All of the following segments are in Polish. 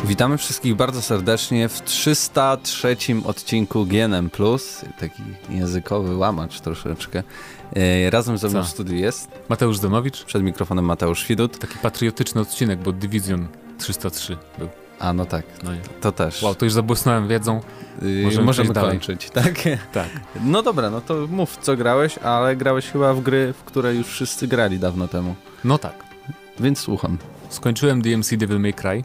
Witamy wszystkich bardzo serdecznie w 303 odcinku GNM+, taki językowy łamacz troszeczkę. Razem ze mną w studiu jest Mateusz Zdanowicz. Przed mikrofonem Mateusz Widut. Taki patriotyczny odcinek, bo Division 303 był. A no tak, no to też. Wow, to już zabłysnąłem wiedzą. Możemy kończyć, tak? Tak. No dobra, no to mów, co grałeś, ale grałeś chyba w gry, w które już wszyscy grali dawno temu. No tak. Więc słucham. Skończyłem DMC Devil May Cry.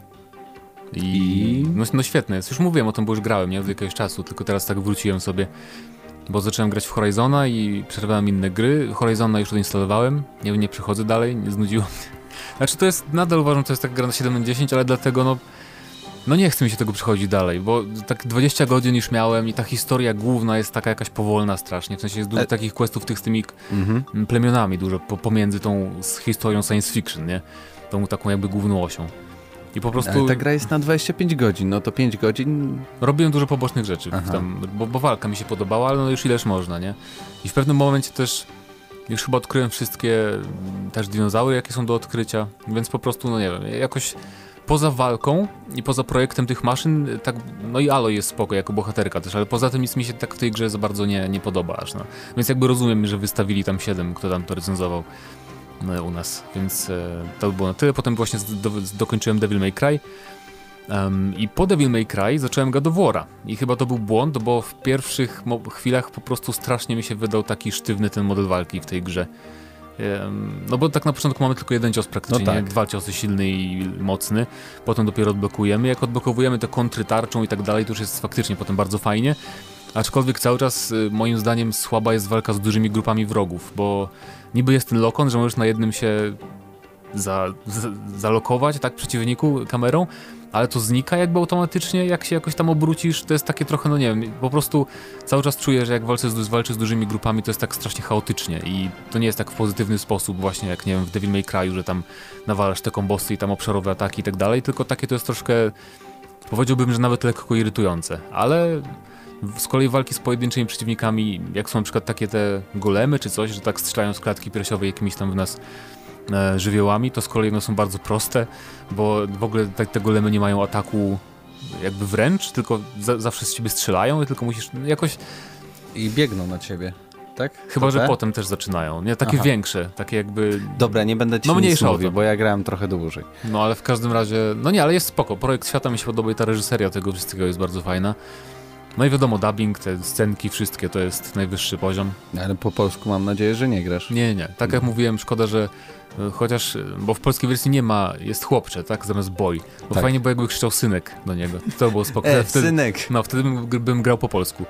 No świetne jest. Już mówiłem o tym, bo już grałem, nie od jakiegoś czasu, tylko teraz tak wróciłem sobie, bo zacząłem grać w Horizona i przerwałem inne gry. Horizona już odinstalowałem, nie przechodzę dalej, nie znudziło mnie. Znaczy to jest, nadal uważam, to jest taka gra na 7 na 10, ale dlatego no nie chce mi się tego przechodzić dalej, bo tak 20 godzin już miałem i ta historia główna jest taka jakaś powolna strasznie, w sensie jest dużo takich questów z tymi plemionami dużo pomiędzy tą historią science fiction, nie? Tą taką jakby główną osią. I po prostu... Ale ta gra jest na 25 godzin, no to 5 godzin... Robiłem dużo pobocznych rzeczy, tam, bo walka mi się podobała, ale no już ileż można, nie? I w pewnym momencie też już chyba odkryłem wszystkie też dinozaury, jakie są do odkrycia, więc po prostu, no nie wiem, jakoś poza walką i poza projektem tych maszyn, tak, no i Aloy jest spoko jako bohaterka też, ale poza tym nic mi się tak w tej grze za bardzo nie podoba aż, no. Więc jakby rozumiem, że wystawili tam 7, kto tam to recenzował u nas, więc to było na tyle. Potem właśnie dokończyłem Devil May Cry i po Devil May Cry zacząłem God of War'a i chyba to był błąd, bo w pierwszych chwilach po prostu strasznie mi się wydał taki sztywny ten model walki w tej grze. No bo tak na początku mamy tylko jeden cios praktycznie, no tak. 2 ciosy, silny i mocny, potem dopiero odblokujemy. Jak odblokowujemy te kontry tarczą i tak dalej, to już jest faktycznie potem bardzo fajnie. Aczkolwiek cały czas moim zdaniem słaba jest walka z dużymi grupami wrogów, bo niby jest ten lokon, że możesz na jednym się zalokować, tak, przeciwniku kamerą, ale to znika jakby automatycznie, jak się jakoś tam obrócisz, to jest takie trochę, no nie wiem, po prostu cały czas czuję, że jak walczy z dużymi grupami, to jest tak strasznie chaotycznie i to nie jest tak w pozytywny sposób właśnie jak, nie wiem, w Devil May Cry, że tam nawalasz te kombosy i tam obszarowe ataki i tak dalej, tylko takie to jest troszkę, powiedziałbym, że nawet lekko irytujące, ale z kolei walki z pojedynczymi przeciwnikami, jak są na przykład takie te golemy czy coś, że tak strzelają z klatki piersiowej jakimiś tam w nas żywiołami, to z kolei no, są bardzo proste, bo w ogóle te golemy nie mają ataku jakby wręcz, tylko zawsze z ciebie strzelają i tylko musisz jakoś... I biegną na ciebie, tak? Chyba, że potem też zaczynają, nie? Takie większe, takie jakby... Dobra, nie będę ci nic mówił, bo ja grałem trochę dłużej. No ale w każdym razie, no nie, ale jest spoko, projekt świata mi się podoba i ta reżyseria tego wszystkiego jest bardzo fajna. No i wiadomo, dubbing, te scenki, wszystkie to jest najwyższy poziom. Ale po polsku mam nadzieję, że nie grasz. Nie. Tak jak mówiłem, szkoda, że chociaż, bo w polskiej wersji nie ma, jest chłopcze, tak, zamiast boy. Bo tak. Fajnie, bo jakby krzyczał synek do niego. To było spoko. Wtedy, synek! No, wtedy bym grał po polsku.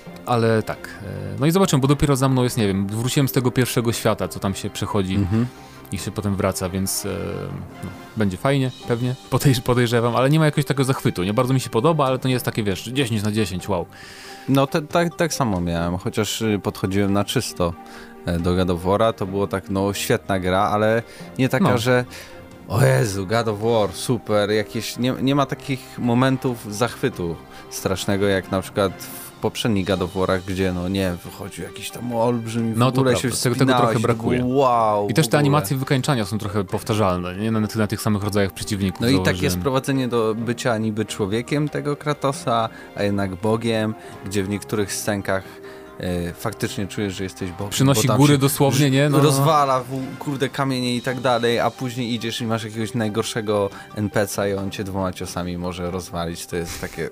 Ale tak. No i zobaczymy, bo dopiero za mną jest, nie wiem, wróciłem z tego pierwszego świata, co tam się przechodzi i się potem wraca, więc no, będzie fajnie, pewnie, podejrzewam, ale nie ma jakiegoś takiego zachwytu, nie? Bardzo mi się podoba, ale to nie jest takie, wiesz, 10 na 10, wow. No tak samo miałem, chociaż podchodziłem na czysto do God of War'a, to było tak, no świetna gra, ale nie taka, że o Jezu, God of War, super, jakieś, nie ma takich momentów zachwytu strasznego, jak na przykład w poprzednich God of War'ach, gdzie no nie, wychodził jakiś tam olbrzymi, w ogóle się wspinałeś, tego trochę brakuje. Wow, i też te animacje wykańczania są trochę powtarzalne, nie? Na tych samych rodzajach przeciwników. No i takie sprowadzenie do bycia niby człowiekiem tego Kratosa, a jednak Bogiem, gdzie w niektórych scenkach faktycznie czujesz, że jesteś Bogiem. Przynosi góry dosłownie, nie? No. Rozwala kurde kamienie i tak dalej, a później idziesz i masz jakiegoś najgorszego NPC-a i on cię 2 ciosami może rozwalić. To jest takie...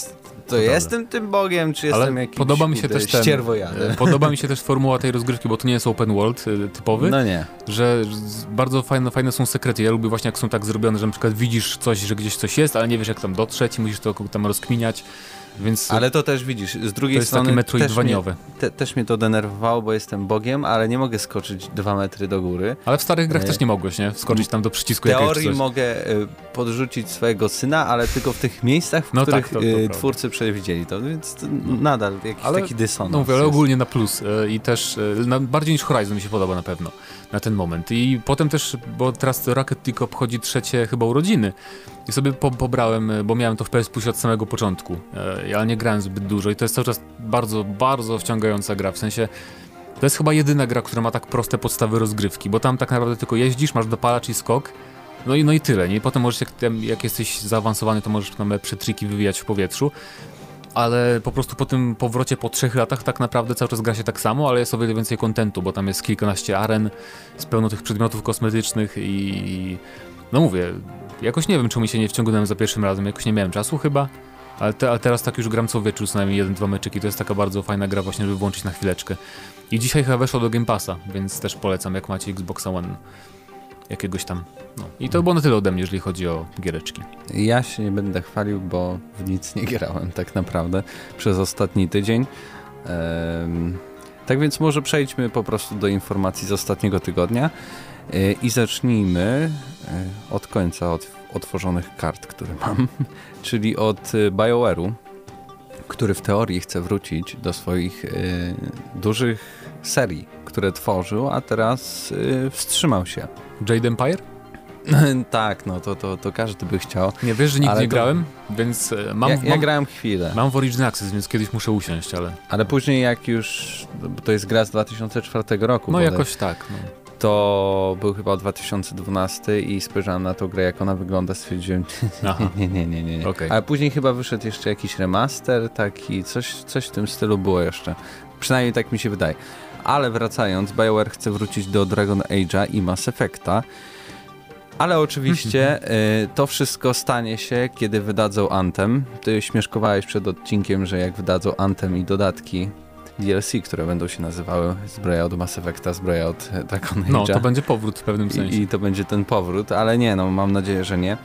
To jestem tym Bogiem, czy jestem jakimś podoba mi się też ścierwojadem? Podoba mi się też formuła tej rozgrywki, bo to nie jest open world typowy. No nie. Że bardzo fajne są sekrety. Ja lubię właśnie, jak są tak zrobione, że na przykład widzisz coś, że gdzieś coś jest, ale nie wiesz, jak tam dotrzeć i musisz to tam rozkminiać. Więc ale to też widzisz, z drugiej to jest strony takie metroidvaniowe. Też mnie to denerwowało, bo jestem Bogiem, ale nie mogę skoczyć 2 metry do góry. Ale w starych grach też nie mogłeś, nie? Wskoczyć tam do przycisku jakiegoś coś. W teorii mogę podrzucić swojego syna, ale tylko w tych miejscach, w których to twórcy przewidzieli to, więc to nadal jakiś taki dysonans. No mówię, ale ogólnie na plus i też bardziej niż Horizon mi się podoba na pewno na ten moment. I potem też, bo teraz Rocket League obchodzi 3 chyba urodziny i sobie pobrałem, bo miałem to w PS Plusie od samego początku, ale nie grałem zbyt dużo i to jest cały czas bardzo, bardzo wciągająca gra, w sensie to jest chyba jedyna gra, która ma tak proste podstawy rozgrywki, bo tam tak naprawdę tylko jeździsz, masz dopalacz i skok No i tyle, nie? I potem możesz, jak jesteś zaawansowany, to możesz tam lepsze triki wywijać w powietrzu, ale po prostu po tym powrocie po 3 latach tak naprawdę cały czas gra się tak samo, ale jest o wiele więcej kontentu, bo tam jest kilkanaście aren, z pełno tych przedmiotów kosmetycznych i no mówię, jakoś nie wiem, czemu mi się nie wciągnąłem za pierwszym razem, jakoś nie miałem czasu chyba, ale teraz tak już gram co wieczór, co najmniej 1-2 meczyki, to jest taka bardzo fajna gra właśnie, żeby włączyć na chwileczkę. I dzisiaj chyba weszło do Game Passa, więc też polecam, jak macie Xboxa One jakiegoś tam. No. I to było na tyle ode mnie, jeżeli chodzi o giereczki. Ja się nie będę chwalił, bo w nic nie grałem tak naprawdę przez ostatni tydzień. Tak więc może przejdźmy po prostu do informacji z ostatniego tygodnia i zacznijmy od końca, od otworzonych kart, które mam, czyli od BioWare'u, który w teorii chce wrócić do swoich dużych serii, które tworzył, a teraz wstrzymał się. Jade Empire? Tak, no to każdy by chciał. Nie wiesz, że nigdy nie grałem, więc ja grałem chwilę. Mam w Origin Access, więc kiedyś muszę usiąść, ale później jak już, to jest gra z 2004 roku. No jakoś tak. No. To był chyba 2012 i spojrzałem na tą grę, jak ona wygląda, stwierdziłem, nie. Okay. Ale później chyba wyszedł jeszcze jakiś remaster, taki, coś w tym stylu było jeszcze. Przynajmniej tak mi się wydaje. Ale wracając, BioWare chce wrócić do Dragon Age'a i Mass Effecta. Ale oczywiście to wszystko stanie się, kiedy wydadzą Anthem. Ty śmieszkowałeś przed odcinkiem, że jak wydadzą Anthem i dodatki DLC, które będą się nazywały zbroja od Mass Effecta, zbroja od Dragon Age'a. No, to będzie powrót w pewnym sensie. I to będzie ten powrót, ale nie, no mam nadzieję, że nie.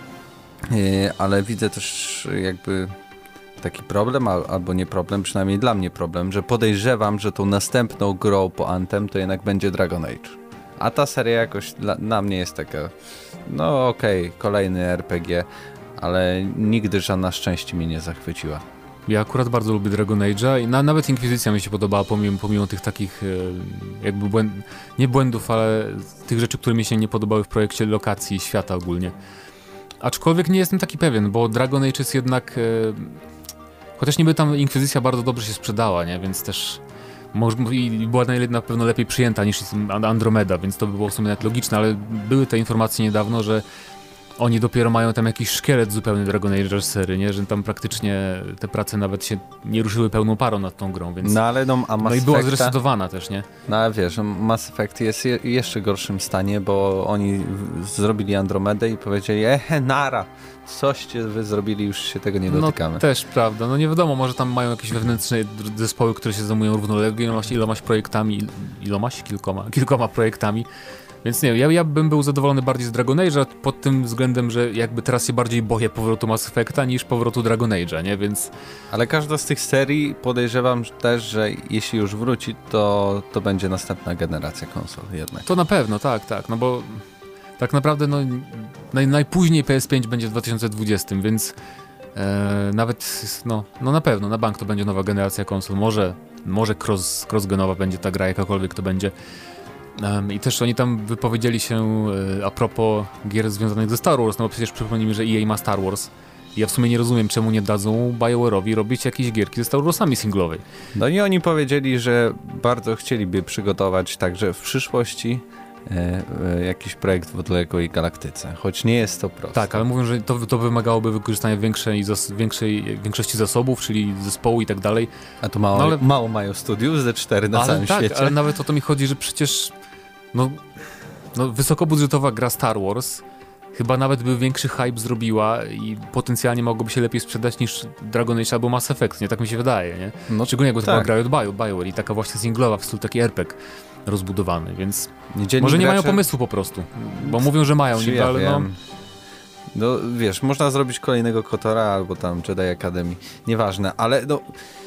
Ale widzę też jakby taki problem, albo nie problem, przynajmniej dla mnie problem, że podejrzewam, że tą następną grą po Anthem to jednak będzie Dragon Age. A ta seria jakoś dla mnie jest taka, no okej, kolejny RPG, ale nigdy żadna szczęście mnie nie zachwyciła. Ja akurat bardzo lubię Dragon Age'a i nawet Inkwizycja mi się podobała, pomimo tych takich jakby nie błędów, ale tych rzeczy, które mi się nie podobały w projekcie lokacji świata ogólnie. Aczkolwiek nie jestem taki pewien, bo Dragon Age jest jednak... Chociaż niby tam Inkwizycja bardzo dobrze się sprzedała, nie? Więc też... I była na pewno lepiej przyjęta niż Andromeda, więc to by było w sumie nawet logiczne, ale były te informacje niedawno, że oni dopiero mają tam jakiś szkielet zupełny Dragon Age serii, nie? Że tam praktycznie te prace nawet się nie ruszyły pełną parą nad tą grą, więc... No ale a Mass i była zresetowana też, nie? No ale wiesz, Mass Effect jest w jeszcze gorszym stanie, bo oni zrobili Andromedę i powiedzieli, nara, coście wy zrobili, już się tego nie dotykamy. No też prawda, no nie wiadomo, może tam mają jakieś wewnętrzne zespoły, które się zajmują równolegle ilomaś projektami, kilkoma projektami. Więc nie wiem, ja bym był zadowolony bardziej z Dragon Age'a pod tym względem, że jakby teraz się bardziej boję powrotu Mass Effecta niż powrotu Dragon Age'a, nie? Więc... Ale każda z tych serii podejrzewam też, że jeśli już wróci, to będzie następna generacja konsol jednak. To na pewno, tak, no bo tak naprawdę no, najpóźniej PS5 będzie w 2020, więc nawet, no na pewno, na bank to będzie nowa generacja konsol, może cross-genowa będzie ta gra, jakakolwiek to będzie. I też oni tam wypowiedzieli się a propos gier związanych ze Star Wars, no bo przecież przypomnijmy, że EA ma Star Wars. Ja w sumie nie rozumiem, czemu nie dadzą BioWare'owi robić jakieś gierki ze Star Warsami singlowej. No i oni powiedzieli, że bardzo chcieliby przygotować także w przyszłości jakiś projekt w odległej galaktyce, choć nie jest to proste. Tak, ale mówią, że to wymagałoby wykorzystania większości zasobów, czyli zespołu i tak dalej. A to mało mają studiów, ze 4 na całym świecie. Ale nawet o to mi chodzi, że przecież no wysokobudżetowa gra Star Wars chyba nawet by większy hype zrobiła i potencjalnie mogłoby się lepiej sprzedać niż Dragon Age albo Mass Effect, nie? Tak mi się wydaje, nie? No, szczególnie jakby to była gra od BioWare i taka właśnie singlowa w stylu taki RPG rozbudowany, więc może nie mają pomysłu po prostu, bo mówią, że mają, niby, ale no wiesz, można zrobić kolejnego KOTORa albo tam Jedi Academy, nieważne, ale no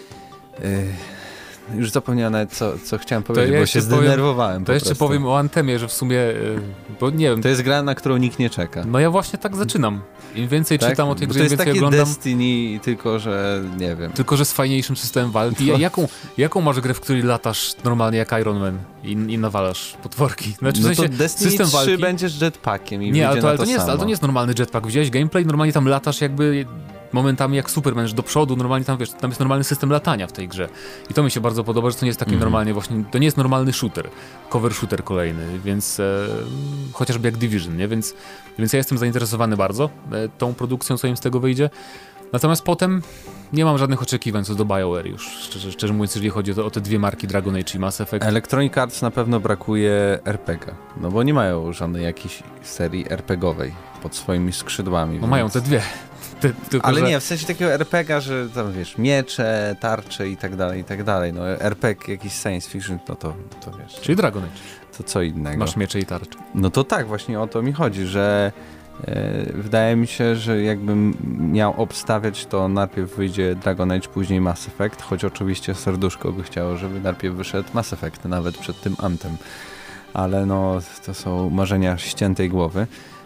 już zapomniałem nawet co chciałem powiedzieć, bo się zdenerwowałem. To jeszcze powiem o Anthemie, że w sumie, bo nie wiem. To jest gra, na którą nikt nie czeka. No ja właśnie tak zaczynam. Im więcej czytam o tej grze, im więcej oglądam. To jest takie Destiny, tylko że nie wiem. Tylko że z fajniejszym systemem walki. Jaką masz grę, w której latasz normalnie jak Iron Man i nawalasz potworki? Znaczy, no w sensie, to Destiny system 3 walki... będziesz jetpackiem i nie, ale to nie jest normalny jetpack. Wziąłeś gameplay, normalnie tam latasz jakby momentami jak Superman, że do przodu, normalnie tam, wiesz, tam jest normalny system latania w tej grze. I to mi się bardzo podoba, że to nie jest taki normalnie właśnie, to nie jest normalny shooter, cover shooter kolejny, więc chociażby jak Division, nie? Więc ja jestem zainteresowany bardzo tą produkcją, co im z tego wyjdzie. Natomiast potem nie mam żadnych oczekiwań co do BioWare już, szczerze mówiąc, jeżeli chodzi o te dwie marki, Dragon Age i Mass Effect. Electronic Arts na pewno brakuje RPG, no bo nie mają żadnej jakiejś serii RPGowej pod swoimi skrzydłami. No więc... mają te dwie. Ale nie, w sensie takiego RPGa, że tam wiesz, miecze, tarcze i tak dalej. No RPG, jakiś science fiction, no to wiesz. Czyli Dragon Age. To co innego. Masz miecze i tarcze. No to tak, właśnie o to mi chodzi, że wydaje mi się, że jakbym miał obstawiać, to najpierw wyjdzie Dragon Age, później Mass Effect, choć oczywiście serduszko by chciało, żeby najpierw wyszedł Mass Effect, nawet przed tym Anthem. Ale no, to są marzenia ściętej głowy.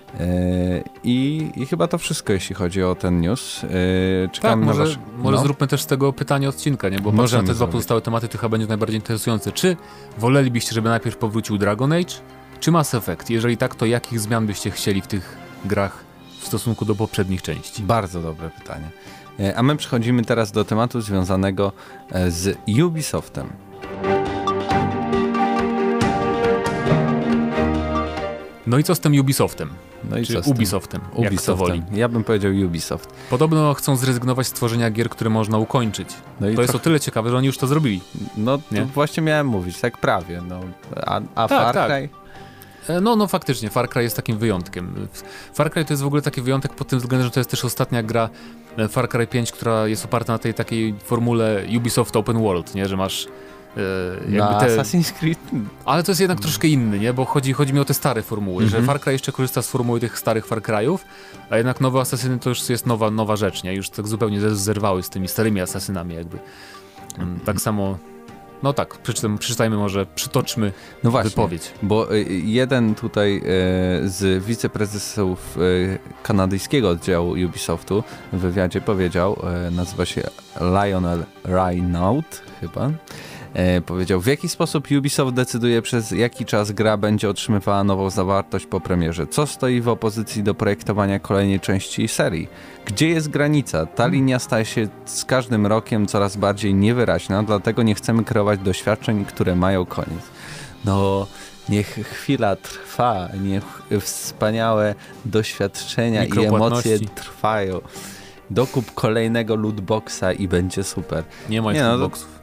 I chyba to wszystko, jeśli chodzi o ten news. Czekamy tak, może no. zróbmy też z tego pytanie odcinka, nie? Bo patrzę na te dwa pozostałe tematy, to chyba będzie najbardziej interesujące. Czy wolelibyście, żeby najpierw powrócił Dragon Age, czy Mass Effect? Jeżeli tak, to jakich zmian byście chcieli w tych grach w stosunku do poprzednich części? Bardzo dobre pytanie. A my przechodzimy teraz do tematu związanego z Ubisoftem. No i co z tym Ubisoftem? No i czy Ubisoftem, jak kto woli. Ja bym powiedział Ubisoft. Podobno chcą zrezygnować z tworzenia gier, które można ukończyć. No i to jest o tyle ciekawe, że oni już to zrobili. No to właśnie miałem mówić, tak prawie. No. A tak, Far Cry? No faktycznie, Far Cry jest takim wyjątkiem. Far Cry to jest w ogóle taki wyjątek pod tym względem, że to jest też ostatnia gra Far Cry 5, która jest oparta na tej takiej formule Ubisoft Open World, nie? Że masz Assassin's Creed. Ale to jest jednak troszkę inny, nie? Bo chodzi mi o te stare formuły, że Far Cry jeszcze korzysta z formuły tych starych Far Cry'ów, a jednak nowe Asasyny to już jest nowa rzecz, nie? Już tak zupełnie zerwały z tymi starymi Asasynami jakby. Tak samo, no tak, przeczytajmy może, przytoczmy wypowiedź. Bo jeden tutaj z wiceprezesów kanadyjskiego oddziału Ubisoftu w wywiadzie powiedział, nazywa się Lionel Raynaud chyba, powiedział, w jaki sposób Ubisoft decyduje, przez jaki czas gra będzie otrzymywała nową zawartość po premierze. Co stoi w opozycji do projektowania kolejnej części serii? Gdzie jest granica? Ta linia staje się z każdym rokiem coraz bardziej niewyraźna, dlatego nie chcemy kreować doświadczeń, które mają koniec. No, niech chwila trwa, niech wspaniałe doświadczenia i emocje trwają. Dokup kolejnego lootboxa i będzie super. Nie ma lootboxów.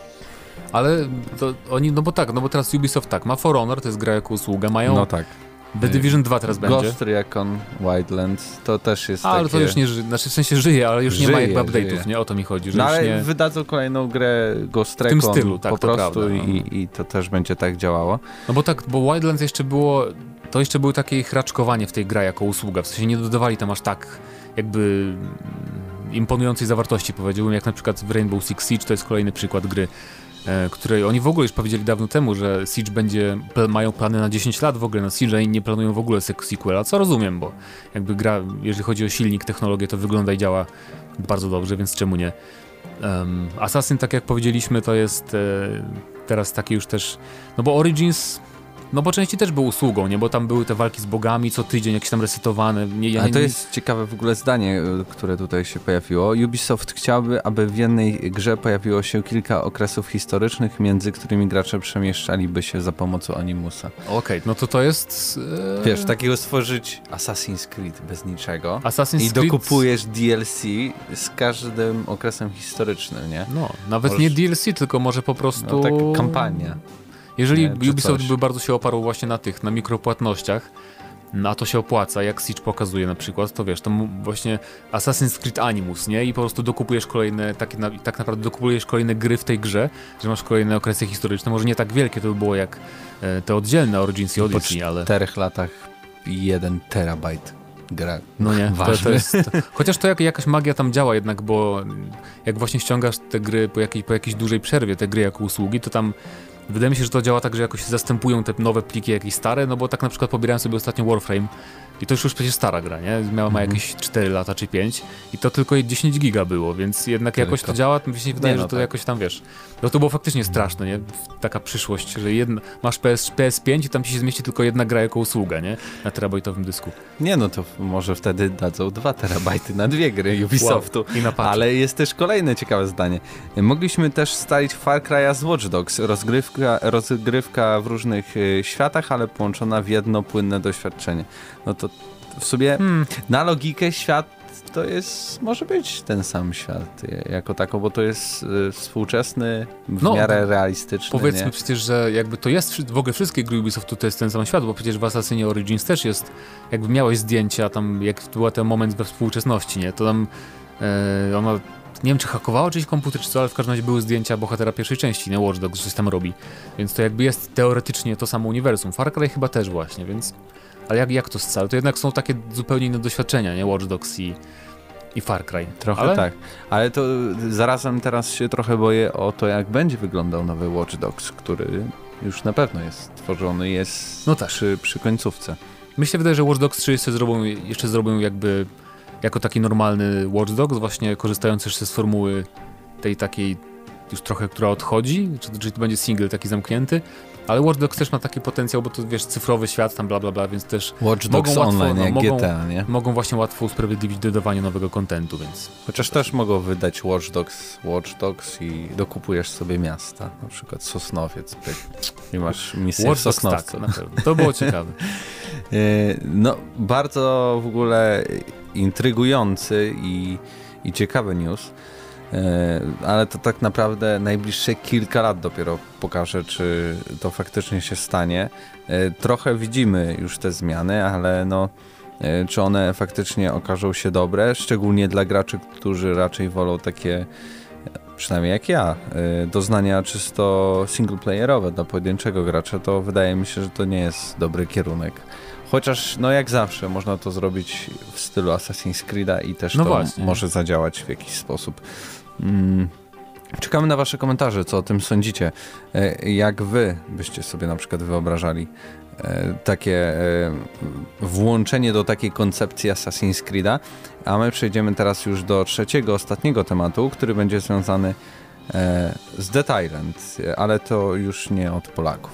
Ale to oni, no bo teraz Ubisoft tak, ma For Honor, to jest gra jako usługę, mają no tak. The Division 2 teraz będzie. Ghost Recon Wildlands, to też jest ale takie... to już nie żyje, znaczy w sensie żyje, ale już nie ma jakby update'ów, nie? O to mi chodzi, że no, już ale nie... wydadzą kolejną grę Ghost Recon w tym stylu, tak, po prostu prawda, i to też będzie tak działało. No bo Wildlands jeszcze było, to jeszcze było takie hraczkowanie w tej grze jako usługa, w sensie nie dodawali tam aż tak jakby imponującej zawartości, powiedziałbym, jak na przykład w Rainbow Six Siege, to jest kolejny przykład gry, której oni w ogóle już powiedzieli dawno temu, że Siege mają plany na 10 lat w ogóle na Siege i nie planują w ogóle sequela, co rozumiem, bo jakby gra, jeżeli chodzi o silnik, technologię, to wygląda i działa bardzo dobrze, więc czemu nie? Assassin, tak jak powiedzieliśmy, to jest teraz taki już też, no bo Origins, no po części też był usługą, nie? Bo tam były te walki z bogami co tydzień, jakieś tam resetowane. Ale to jest ciekawe w ogóle zdanie, które tutaj się pojawiło. Ubisoft chciałby, aby w jednej grze pojawiło się kilka okresów historycznych, między którymi gracze przemieszczaliby się za pomocą animusa. Okej, no to jest... Wiesz, takiego stworzyć Assassin's Creed bez niczego Assassin's i Creed... dokupujesz DLC z każdym okresem historycznym, nie? No, nawet nie DLC, tylko może po prostu... No tak, kampania. Jeżeli Ubisoft by bardzo się oparł właśnie na mikropłatnościach, a to się opłaca, jak Siege pokazuje na przykład, to wiesz, to właśnie Assassin's Creed Animus, nie? I po prostu dokupujesz kolejne, tak naprawdę dokupujesz kolejne gry w tej grze, że masz kolejne okresy historyczne, może nie tak wielkie to by było jak te oddzielne Origins i Odyssey, ale... Po 4 latach 1 terabajt gra. No nie, to jest... Chociaż to jakaś magia tam działa jednak, bo jak właśnie ściągasz te gry po jakiejś dłużej przerwie, te gry jako usługi, to tam Wydaje mi się, że to działa tak, że jakoś zastępują te nowe pliki jakieś stare, no bo tak na przykład pobierałem sobie ostatnio Warframe i to już przecież stara gra, nie? Ma jakieś 4 lata czy 5 i to tylko 10 giga było, więc jednak jakoś to działa, mi się wydaje, że to jakoś tam, wiesz, no to było faktycznie straszne, nie? Taka przyszłość, że masz PS5 i tam ci się zmieści tylko jedna gra jako usługa, nie? Na terabajtowym dysku. Nie, no to może wtedy dadzą 2 terabajty na 2 gry Ubisoftu. Wow. I na patch. Ale jest też kolejne ciekawe zdanie. Mogliśmy też stalić Far Cry'a z Watch Dogs. Rozgrywka w różnych światach, ale połączona w jedno płynne doświadczenie. No to w sumie na logikę świat to może być ten sam świat jako tako, bo to jest współczesny, w miarę realistyczny. Powiedzmy nie? Przecież, że jakby to jest, w ogóle wszystkie gry Ubisoftu to jest ten sam świat, bo przecież w Assassinie Origins też jest, jakby miałeś zdjęcia tam, jak był ten moment we współczesności, nie? To tam ona, nie wiem czy hakowała czyjś komputer czy co, ale w każdym razie były zdjęcia bohatera pierwszej części, nie? Watch Dogs, coś tam robi. Więc to jakby jest teoretycznie to samo uniwersum. Far Cry chyba też właśnie, więc... Ale jak to scala? To jednak są takie zupełnie inne doświadczenia, nie? Watch Dogs i Far Cry. Trochę tak. Ale to zarazem teraz się trochę boję o to, jak będzie wyglądał nowy Watch Dogs, który już na pewno jest tworzony, jest przy końcówce. Mi się wydaje, że Watch Dogs 3 jeszcze zrobią jakby jako taki normalny Watch Dogs, właśnie korzystający jeszcze z formuły tej takiej już trochę, która odchodzi, czyli to będzie single taki zamknięty. Ale Watch Dogs też ma taki potencjał, bo to wiesz, cyfrowy świat, tam bla bla bla, więc też Watch Dogs Online, jak GTA, nie? Mogą właśnie łatwo usprawiedliwić dodawanie nowego kontentu, więc... Chociaż też mogą wydać Watch Dogs i dokupujesz sobie miasta, na przykład Sosnowiec, i masz misję w Sosnowcu. Tak, na pewno. To było ciekawe. No, bardzo w ogóle intrygujący i ciekawy news. Ale to tak naprawdę najbliższe kilka lat dopiero pokaże, czy to faktycznie się stanie. Trochę widzimy już te zmiany, ale no, czy one faktycznie okażą się dobre, szczególnie dla graczy, którzy raczej wolą takie, przynajmniej jak ja, doznania czysto singleplayerowe dla pojedynczego gracza, to wydaje mi się, że to nie jest dobry kierunek. Chociaż, no jak zawsze, można to zrobić w stylu Assassin's Creed'a i też może zadziałać w jakiś sposób. Czekamy na wasze komentarze, co o tym sądzicie. Jak wy byście sobie na przykład wyobrażali takie włączenie do takiej koncepcji Assassin's Creed'a, a my przejdziemy teraz już do trzeciego, ostatniego tematu, który będzie związany z Dead Island, ale to już nie od Polaków.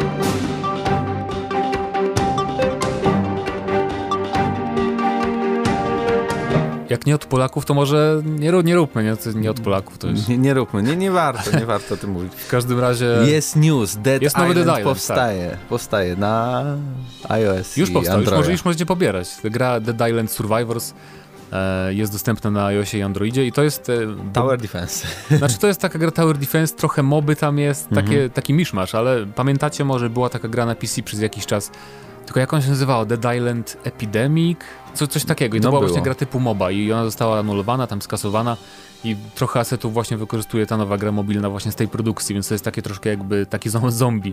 Jak nie od Polaków, to może nie róbmy, nie od Polaków. To już... Nie róbmy, nie warto o tym mówić. W każdym razie... Jest news, Dead Island Island powstaje na iOS już i powstał, Androida. Już możecie pobierać. Gra Dead Island Survivors jest dostępna na iOSie i Androidzie i to jest... Tower Defense. Znaczy to jest taka gra Tower Defense, trochę moby tam jest, taki miszmasz, ale pamiętacie może była taka gra na PC przez jakiś czas, tylko jak on się nazywało? Dead Island Epidemic? Coś takiego. I to była właśnie gra typu MOBA i ona została anulowana, tam skasowana i trochę asetów właśnie wykorzystuje ta nowa gra mobilna właśnie z tej produkcji, więc to jest takie troszkę jakby taki zombie.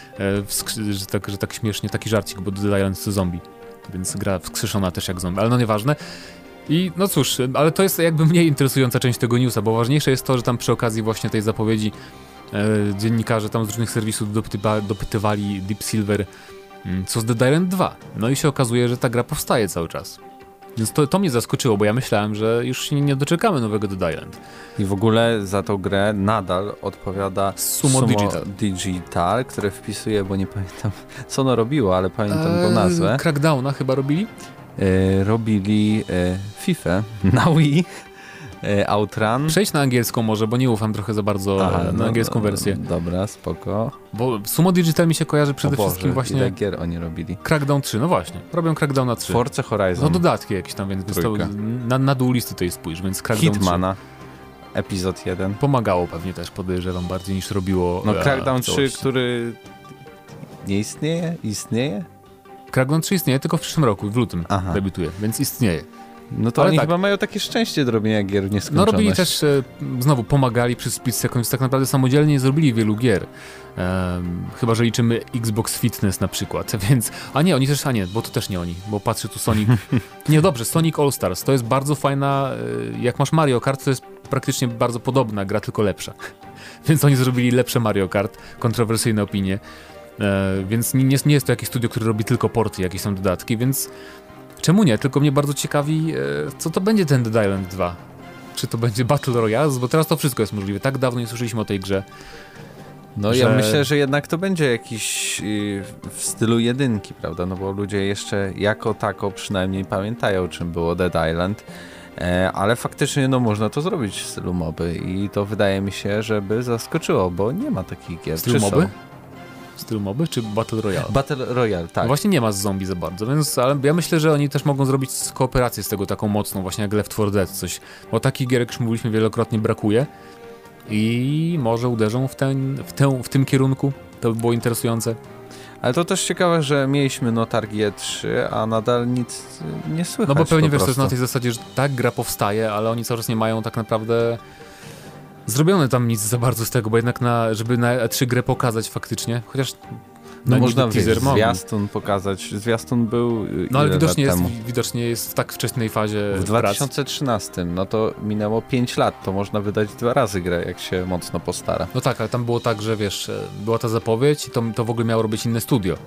Że tak śmiesznie, taki żarcik, bo Dead Island to zombie. Więc gra wskrzeszona też jak zombie, ale no nieważne. I no cóż, ale to jest jakby mniej interesująca część tego newsa, bo ważniejsze jest to, że tam przy okazji właśnie tej zapowiedzi dziennikarze tam z różnych serwisów dopytywali Deep Silver, co z Dead Island 2. No i się okazuje, że ta gra powstaje cały czas. Więc to mnie zaskoczyło, bo ja myślałem, że już się nie doczekamy nowego Dead Island. I w ogóle za tą grę nadal odpowiada Sumo Digital, które wpisuje, bo nie pamiętam co ono robiło, ale pamiętam tą nazwę. Crackdowna chyba robili? Robili FIFA na Wii. Outrun. Przejdź na angielską może, bo nie ufam trochę za bardzo na angielską wersję. Dobra, spoko. Bo Sumo Digital mi się kojarzy przede wszystkim właśnie... ile gier oni robili? Crackdown 3, no właśnie. Robią Crackdowna 3. Forza Horizon. No dodatki jakieś tam, więc na dół listy tej spójrz, więc Crackdown Hitmana. 3. Epizod 1. Pomagało pewnie też, podejrzewam, bardziej niż robiło... No Crackdown 3, który nie istnieje? Istnieje? Crackdown 3 istnieje, tylko w przyszłym roku, w lutym debiutuje, więc istnieje. No to ale oni chyba mają takie szczęście do robienia gier w nieskończoność. No robili też, znowu pomagali przy Split Second, tak naprawdę samodzielnie nie zrobili wielu gier. Chyba, że liczymy Xbox Fitness na przykład, więc... bo to też nie oni, bo patrzy tu Sonic... Nie, dobrze, Sonic All Stars, to jest bardzo fajna... Jak masz Mario Kart, to jest praktycznie bardzo podobna gra, tylko lepsza. Więc oni zrobili lepsze Mario Kart, kontrowersyjne opinie. Więc nie jest to jakieś studio, które robi tylko porty, jakieś są dodatki, więc czemu nie? Tylko mnie bardzo ciekawi, co to będzie ten Dead Island 2. Czy to będzie Battle Royale? Bo teraz to wszystko jest możliwe. Tak dawno nie słyszeliśmy o tej grze. No ja myślę, że jednak to będzie jakiś w stylu jedynki, prawda? No bo ludzie jeszcze jako tako przynajmniej pamiętają, czym było Dead Island. Ale faktycznie no można to zrobić w stylu moby i to wydaje mi się, żeby zaskoczyło, bo nie ma takich gier. W stylu moby? W stylu moby czy Battle Royale? Battle Royale, tak. No właśnie nie ma z zombie za bardzo, więc ale ja myślę, że oni też mogą zrobić kooperację z tego taką mocną, właśnie jak Left 4 Dead, coś. Bo takich gier, jak już mówiliśmy wielokrotnie, brakuje i może uderzą w tym kierunku, to by było interesujące. Ale to też ciekawe, że mieliśmy Targ E3, a nadal nic nie słychać. No bo pewnie wiesz, to jest na tej zasadzie, że tak, gra powstaje, ale oni cały czas nie mają tak naprawdę zrobione tam nic za bardzo z tego, bo jednak żeby na E3 grę pokazać faktycznie, chociaż no można zwiastun pokazać. Zwiastun był no ale widocznie jest w tak wczesnej fazie w 2013, no to minęło 5 lat, to można wydać 2 razy grę, jak się mocno postara. No tak, ale tam było tak, że wiesz, była ta zapowiedź i to w ogóle miało robić inne studio.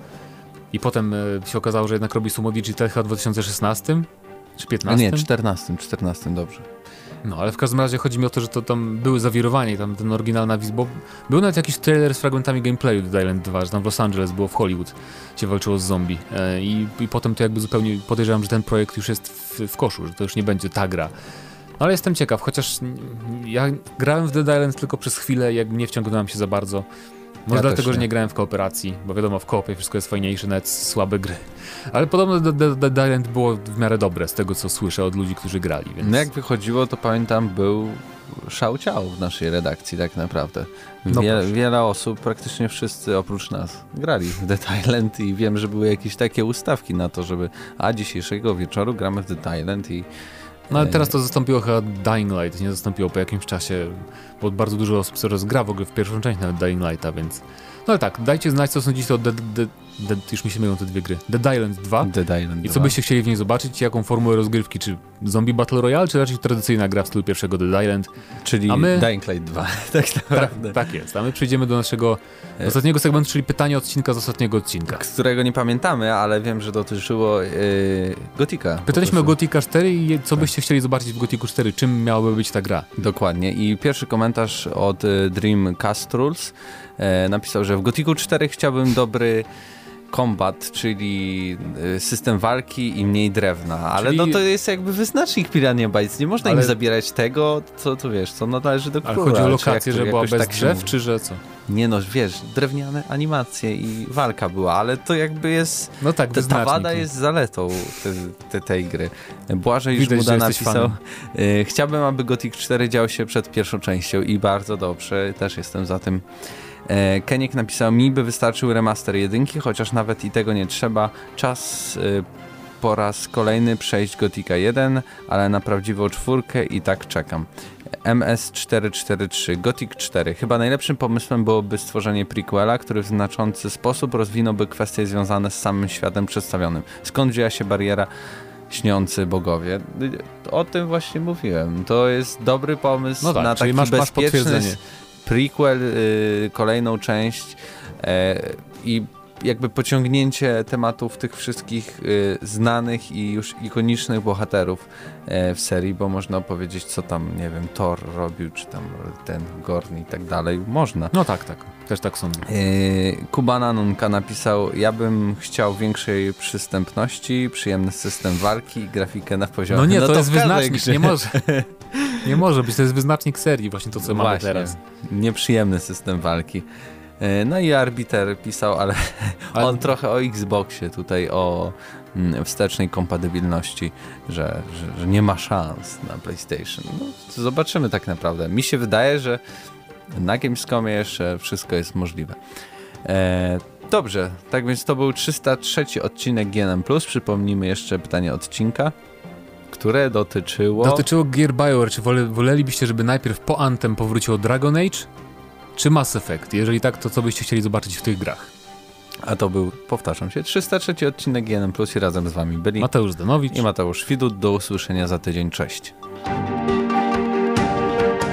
I potem się okazało, że jednak robi Sumo Digital chyba w 2016 czy 15? A nie, 14, dobrze. No, ale w każdym razie chodzi mi o to, że to tam były zawirowania i tam ten oryginalny napis, bo był nawet jakiś trailer z fragmentami gameplayu Dead Island 2, że tam w Los Angeles było, w Hollywood się walczyło z zombie i potem to jakby zupełnie podejrzewam, że ten projekt już jest w koszu, że to już nie będzie ta gra. No, ale jestem ciekaw, chociaż ja grałem w Dead Island tylko przez chwilę, jakby nie wciągnąłem się za bardzo. Może dlatego, że nie grałem w kooperacji, bo wiadomo, w koopie wszystko jest fajniejsze, nawet słabe gry. Ale podobno Dead Island było w miarę dobre, z tego co słyszę od ludzi, którzy grali. Więc... No jak wychodziło, to pamiętam, był szał ciał w naszej redakcji tak naprawdę. Wiele osób, praktycznie wszyscy oprócz nas, grali w Dead Island i wiem, że były jakieś takie ustawki na to, żeby dzisiejszego wieczoru gramy w Dead Island i no ale teraz to zastąpiło chyba Dying Light, nie zastąpiło po jakimś czasie, bo bardzo dużo osób coraz gra w ogóle w pierwszą część nawet Dying Lighta, więc... No ale tak, dajcie znać, co sądzicie o już mi się mylią te dwie gry. Dead Island 2 i co byście chcieli w niej zobaczyć, jaką formułę rozgrywki, czy zombie Battle Royale, czy raczej tradycyjna gra w stylu pierwszego Dead Island. Czyli Dying Light 2, tak naprawdę. Tak jest, a my przejdziemy do naszego ostatniego segmentu, czyli pytanie odcinka z ostatniego odcinka. Z którego nie pamiętamy, ale wiem, że dotyczyło Gothica. Pytaliśmy o Gothica 4 i co byście chcieli zobaczyć w Gothicu 4, czym miałaby być ta gra. Dokładnie i pierwszy komentarz od Dream Castruls napisał, że w Gothicu 4 chciałbym dobry combat, czyli system walki i mniej drewna, ale no to jest jakby wyznacznik Piranha Bytes, nie można im zabierać tego, co wiesz, co należy do króla. Ale chodzi o lokację, że była bez drzew, czy że co? Nie no, wiesz, drewniane animacje i walka była, ale to jakby jest... No tak, ta wada jest zaletą tej gry. Błażej Żmuda napisał, chciałbym, aby Gothic 4 dział się przed pierwszą częścią i bardzo dobrze, też jestem za tym. Keniek napisał, mi by wystarczył remaster jedynki, chociaż nawet i tego nie trzeba. Czas po raz kolejny przejść Gothica 1, ale na prawdziwą czwórkę i tak czekam. MS443, Gothic 4. Chyba najlepszym pomysłem byłoby stworzenie prequela, który w znaczący sposób rozwinąłby kwestie związane z samym światem przedstawionym. Skąd wzięła się bariera śniący bogowie? O tym właśnie mówiłem. To jest dobry pomysł no tak, na taki masz bezpieczny prequel, kolejną część i jakby pociągnięcie tematów tych wszystkich znanych i już ikonicznych bohaterów w serii, bo można opowiedzieć, co tam, nie wiem, Thor robił, czy tam ten Gorn i tak dalej. Można. No tak, też tak sądzę. Kubana Nunka napisał, ja bym chciał większej przystępności, przyjemny system walki i grafikę na poziomie. No nie, to jest wyznacznik, nie może. Nie może być, to jest wyznacznik serii, właśnie to, co mamy teraz. Nieprzyjemny system walki. No i Arbiter pisał, ale on trochę o Xboxie tutaj, o wstecznej kompatybilności, że nie ma szans na PlayStation. No, zobaczymy tak naprawdę. Mi się wydaje, że na Gamescomie jeszcze wszystko jest możliwe. Dobrze, tak więc to był 303 odcinek GNM+. Przypomnijmy jeszcze pytanie odcinka, które dotyczyło Gear BioWare. Czy wolelibyście, żeby najpierw po Anthem powróciło Dragon Age, czy Mass Effect? Jeżeli tak, to co byście chcieli zobaczyć w tych grach? A to był, powtarzam się, 303 odcinek GNM+, i razem z wami byli Mateusz Zdanowicz i Mateusz Widut. Do usłyszenia za tydzień. Cześć.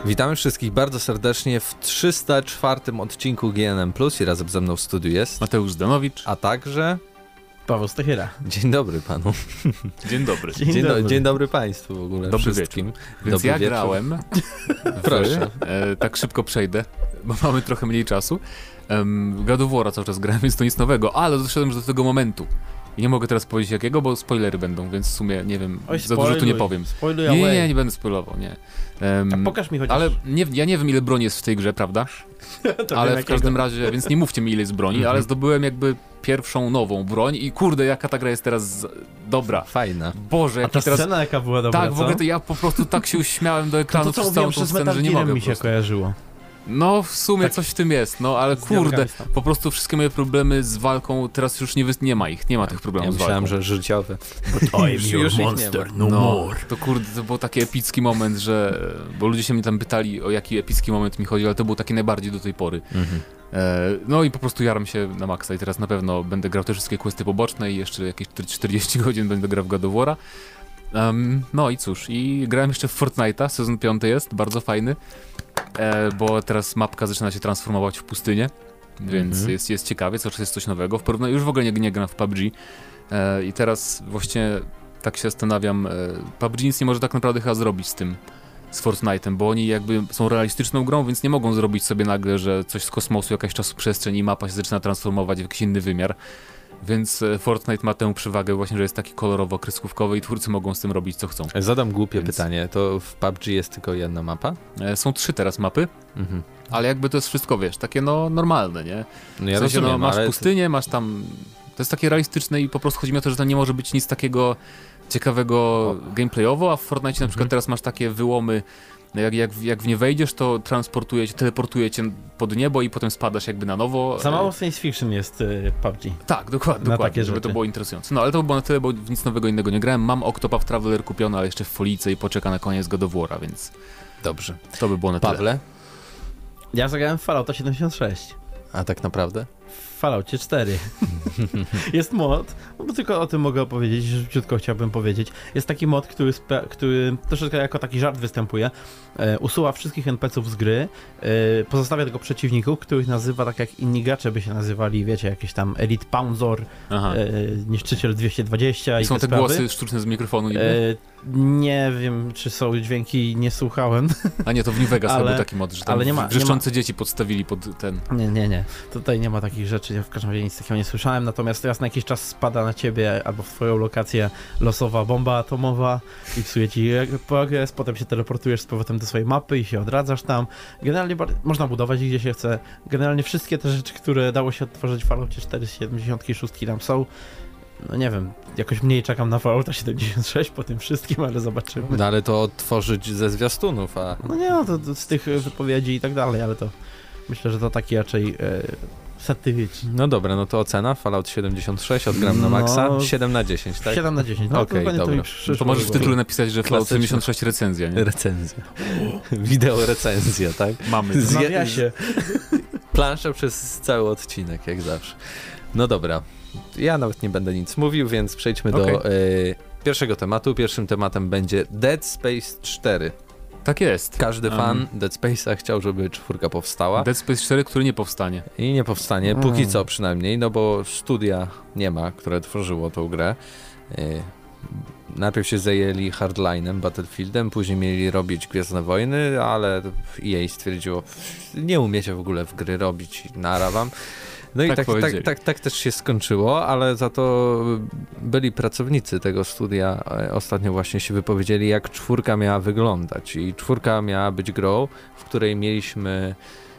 Witamy wszystkich bardzo serdecznie w 304 odcinku GNM+, i razem ze mną w studiu jest Mateusz Zdanowicz, a także Paweł Stachyra. Dzień dobry panu. Dzień dobry. Dzień dobry państwu w ogóle Dobry wszystkim. Wieczór. Więc dobry ja wieczór. grałem Proszę. tak szybko przejdę, bo mamy trochę mniej czasu. God of War'a cały czas grałem, więc to nic nowego, ale doszedłem już do tego momentu. I nie mogę teraz powiedzieć jakiego, bo spoilery będą, więc w sumie nie wiem, za dużo tu nie powiem. Spoiluj Nie będę spoilował, nie. Pokaż mi chociaż. Ale ja nie wiem, ile broni jest w tej grze, prawda? Ale w każdym razie, więc nie mówcie mi, ile jest broni, ale zdobyłem jakby pierwszą nową broń i kurde, jaka ta gra jest teraz dobra. Fajna. Boże, A jaki ta teraz... scena jaka była dobra, Tak, w ogóle to ja po prostu tak się uśmiałem do ekranu to, co przez całą mówiłem, tą przez scenę, że nie Metal mogę mi się po prostu. kojarzyło. No, w sumie Tak. coś w tym jest, no, ale Z kurde, dialogami tam. po prostu wszystkie moje problemy z walką, teraz już nie ma ich, nie ma tych Ja problemów z myślałem, walką. że życiowe. I'm Już ich nie ma. No, to kurde, to był taki epicki moment, że... Bo ludzie się mnie tam pytali, o jaki epicki moment mi chodzi, ale to był taki najbardziej do tej pory. No i po prostu jaram się na maksa i teraz na pewno będę grał te wszystkie questy poboczne i jeszcze jakieś 40 godzin będę grał w God of War'a. No i cóż, i grałem jeszcze w Fortnite'a, sezon 5 jest, bardzo fajny, bo teraz mapka zaczyna się transformować w pustynię, więc jest ciekawie, cały czas jest coś nowego. W porównaniu już w ogóle nie gram w PUBG i teraz właśnie tak się zastanawiam, PUBG nic nie może tak naprawdę chyba zrobić z Fortnite'em, bo oni jakby są realistyczną grą, więc nie mogą zrobić sobie nagle, że coś z kosmosu, jakaś czasoprzestrzeń i mapa się zaczyna transformować w jakiś inny wymiar. Więc Fortnite ma tę przewagę właśnie, że jest taki kolorowo-kreskówkowy i twórcy mogą z tym robić co chcą. Zadam głupie Więc- pytanie, to w PUBG jest tylko jedna mapa? Są 3 teraz mapy, ale jakby to jest wszystko, wiesz, takie no normalne, nie? No ja W sensie, rozumiem, masz ale pustynię, masz tam... To jest takie realistyczne i po prostu chodzi mi o to, że tam nie może być nic takiego ciekawego gameplayowo, a w Fortnite na przykład teraz masz takie wyłomy, jak w nie wejdziesz, to teleportuje cię pod niebo i potem spadasz jakby na nowo. Za mało science fiction jest PUBG. Tak, dokładnie, takie żeby to rzeczy. było interesujące. No ale to było na tyle, bo nic nowego innego nie grałem. Mam Octopath Traveler kupiony, ale jeszcze w folice i poczeka na koniec God of War'a, więc dobrze. to by było na tyle. Pawle? Ja zagrałem w Fallouta 76. A tak naprawdę? W Falloutie 4. Jest mod, bo tylko o tym mogę opowiedzieć, szybciutko chciałbym powiedzieć. Jest taki mod, który troszeczkę jako taki żart występuje. Usuwa wszystkich NPC-ów z gry, pozostawia tylko przeciwników, których nazywa tak jak inni gracze by się nazywali, wiecie, jakieś tam Elite Poundzor, Aha. Niszczyciel 220 i Są te te sprawy. głosy sztuczne z mikrofonu niby? Nie wiem, czy są dźwięki, nie słuchałem. A nie, to w New Vegas ale- był taki mod, że tam ale nie ma- wrzeszczące dzieci podstawili pod ten... Nie. Tutaj nie ma takich rzeczy, ja w każdym razie nic takiego nie słyszałem, natomiast teraz na jakiś czas spada na ciebie albo w twoją lokację losowa bomba atomowa i psuje ci progres, potem się teleportujesz z powrotem do swojej mapy i się odradzasz tam. Generalnie można budować gdzie się chce. Generalnie wszystkie te rzeczy, które dało się odtworzyć w Falloutie 4 z 76 tam są. No nie wiem, jakoś mniej czekam na Fallouta 76 po tym wszystkim, ale zobaczymy. No ale to odtworzyć ze zwiastunów, a... No nie, no to z tych wypowiedzi i tak dalej, ale to myślę, że to taki raczej satyryczny. No dobra, no to ocena, Fallout 76, odgram na No, maksa, 7 na 10, tak? 7 na 10, no Okej, dokładnie to dobra. mi przyszło To możesz do w głowy. tytule napisać, że Fallout Klasyczne. 76 recenzja, nie? Recenzja. Wideo recenzja, tak? Mamy. W nawiasie. Plansza przez cały odcinek, jak zawsze. No dobra, ja nawet nie będę nic mówił, więc przejdźmy do pierwszego tematu. Pierwszym tematem będzie Dead Space 4. Tak jest. Każdy fan Dead Space'a chciał, żeby czwórka powstała Dead Space 4, który nie powstanie. i nie powstanie, póki co przynajmniej, no bo studia nie ma, które tworzyło tą grę. Najpierw się zajęli Hardline'em, Battlefieldem, później mieli robić Gwiezdne Wojny, ale EA stwierdziło, nie umiecie w ogóle w gry robić, nara wam. No i tak też się skończyło, ale za to byli pracownicy tego studia, ostatnio właśnie się wypowiedzieli, jak czwórka miała wyglądać. I czwórka miała być grą, w której mieliśmy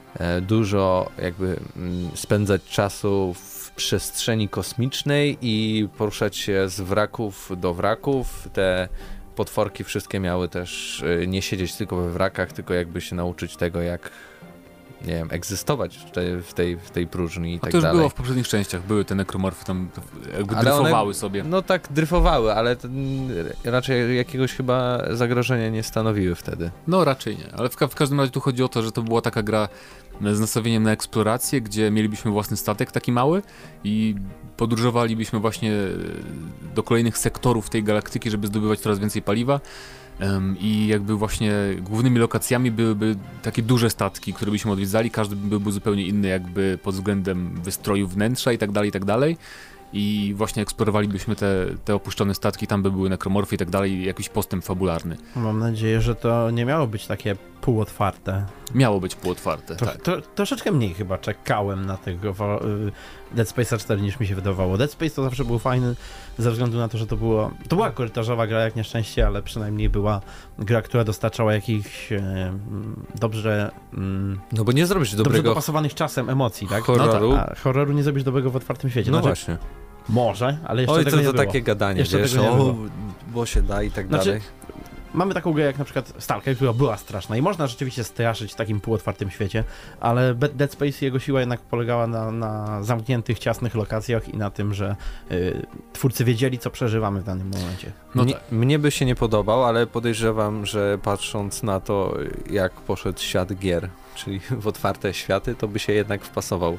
dużo jakby spędzać czasu w przestrzeni kosmicznej i poruszać się z wraków do wraków. Te potworki wszystkie miały też nie siedzieć tylko we wrakach, tylko jakby się nauczyć tego, jak nie wiem, egzystować w tej próżni i tak dalej. To już było w poprzednich częściach, były te nekromorfy tam jakby Ale dryfowały one, sobie. No tak, dryfowały, ale raczej jakiegoś chyba zagrożenia nie stanowiły wtedy. No raczej nie, ale w każdym razie tu chodzi o to, że to była taka gra z nastawieniem na eksplorację, gdzie mielibyśmy własny statek taki mały i podróżowalibyśmy właśnie do kolejnych sektorów tej galaktyki, żeby zdobywać coraz więcej paliwa. I jakby właśnie głównymi lokacjami byłyby takie duże statki, które byśmy odwiedzali, każdy byłby zupełnie inny jakby pod względem wystroju wnętrza i tak dalej, i tak dalej. I właśnie eksplorowalibyśmy te opuszczone statki, tam by były nekromorfy i tak dalej, jakiś postęp fabularny. Mam nadzieję, że to nie miało być takie półotwarte. Miało być półotwarte, tak. Troszeczkę mniej chyba czekałem na tego Dead Space'a 4 niż mi się wydawało. Dead Space to zawsze był fajny ze względu na to, że to była korytarzowa gra jak nieszczęście, ale przynajmniej była gra, która dostarczała jakichś dobrze No bo nie zrobisz dobrze dobrego dopasowanych czasem emocji, tak? horroru. No tak, a horroru nie zrobisz dobrego w otwartym świecie. No znaczy, właśnie. może, ale jeszcze Oj, tego to nie było. takie gadanie, Jeszcze wiesz, tego nie było. bo się da i tak Znaczy, dalej. Mamy taką grę jak na przykład Stalker, która była straszna i można rzeczywiście straszyć w takim półotwartym świecie, ale Dead Space, jego siła jednak polegała na zamkniętych, ciasnych lokacjach i na tym, że twórcy wiedzieli, co przeżywamy w danym momencie. No Mnie by się nie podobał, ale podejrzewam, że patrząc na to, jak poszedł świat gier, czyli w otwarte światy, to by się jednak wpasował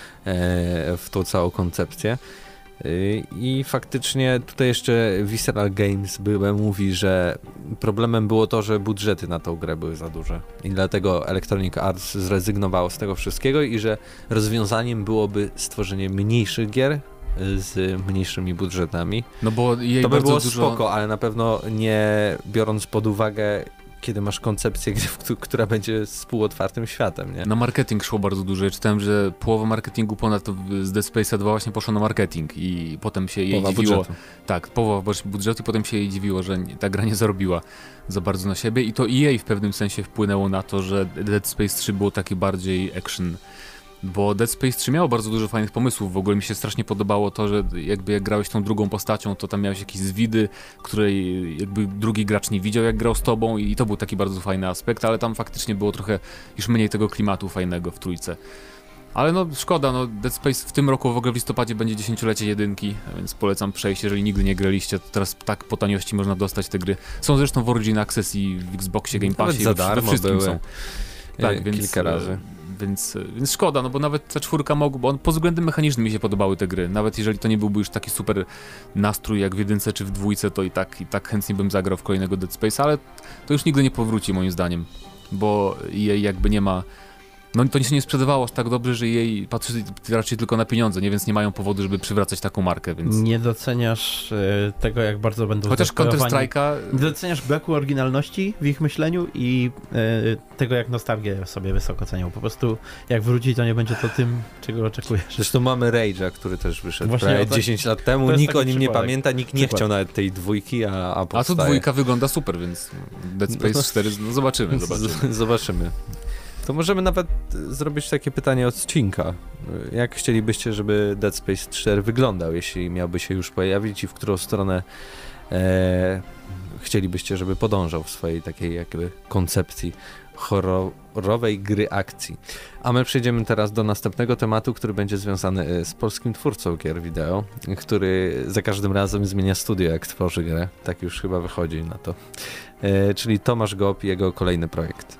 w tą całą koncepcję. I faktycznie tutaj jeszcze Visceral Games mówi, że problemem było to, że budżety na tą grę były za duże i dlatego Electronic Arts zrezygnowało z tego wszystkiego i że rozwiązaniem byłoby stworzenie mniejszych gier z mniejszymi budżetami. No bo jej to by bardzo było dużo... spoko, ale na pewno nie biorąc pod uwagę, kiedy masz koncepcję gry, która będzie z półotwartym światem, nie? Na marketing szło bardzo dużo. Ja czytałem, że połowa marketingu ponad z Dead Space'a 2 właśnie poszła na marketing i potem się jej dziwiło. Budżetu. Tak, połowa budżetu i potem się jej dziwiło, że ta gra nie zarobiła za bardzo na siebie i to EA w pewnym sensie wpłynęło na to, że Dead Space 3 było takie bardziej action. Bo Dead Space 3 miało bardzo dużo fajnych pomysłów. W ogóle mi się strasznie podobało to, że jakby jak grałeś tą drugą postacią, to tam miałeś jakieś zwidy, której jakby drugi gracz nie widział, jak grał z tobą i to był taki bardzo fajny aspekt, ale tam faktycznie było trochę już mniej tego klimatu fajnego w trójce. Ale no szkoda, no Dead Space w tym roku w ogóle w listopadzie będzie 10-lecie jedynki, więc polecam przejść, jeżeli nigdy nie graliście, to teraz tak po taniości można dostać te gry. Są zresztą w Origin Access i w Xboxie, Game Passie, za darmo we wszystkim były. są. Tak, więc Kilka razy. Więc szkoda, no bo nawet ta czwórka bo pod względem mechanicznym mi się podobały te gry. Nawet jeżeli to nie byłby już taki super nastrój jak w jedynce czy w dwójce, to i tak chętnie bym zagrał w kolejnego Dead Space, ale to już nigdy nie powróci moim zdaniem, bo jej jakby nie ma... No to się nie sprzedawało aż tak dobrze, że jej patrzy raczej tylko na pieniądze, nie? Więc nie mają powodu, żeby przywracać taką markę, więc... Nie doceniasz tego, jak bardzo będą Chociaż Counter-Strike'a... Nie doceniasz braku oryginalności w ich myśleniu i tego, jak nostalgię sobie wysoko cenią. Po prostu jak wróci, to nie będzie to tym, czego oczekujesz. Zresztą mamy Rage'a, który też wyszedł Właśnie, prawie no tak, 10 lat temu, jest nikt o taki nim nie przykładek. pamięta, nikt nie chciał nawet tej dwójki, a powstaje. A to dwójka wygląda super, więc Dead Space 4, no zobaczymy. Zobaczymy. To możemy nawet zrobić takie pytanie odcinka. Jak chcielibyście, żeby Dead Space 4 wyglądał, jeśli miałby się już pojawić i w którą stronę chcielibyście, żeby podążał w swojej takiej jakby koncepcji horrorowej gry akcji. A my przejdziemy teraz do następnego tematu, który będzie związany z polskim twórcą gier wideo, który za każdym razem zmienia studio, jak tworzy grę. Tak już chyba wychodzi na to. Czyli Tomasz Gop i jego kolejny projekt.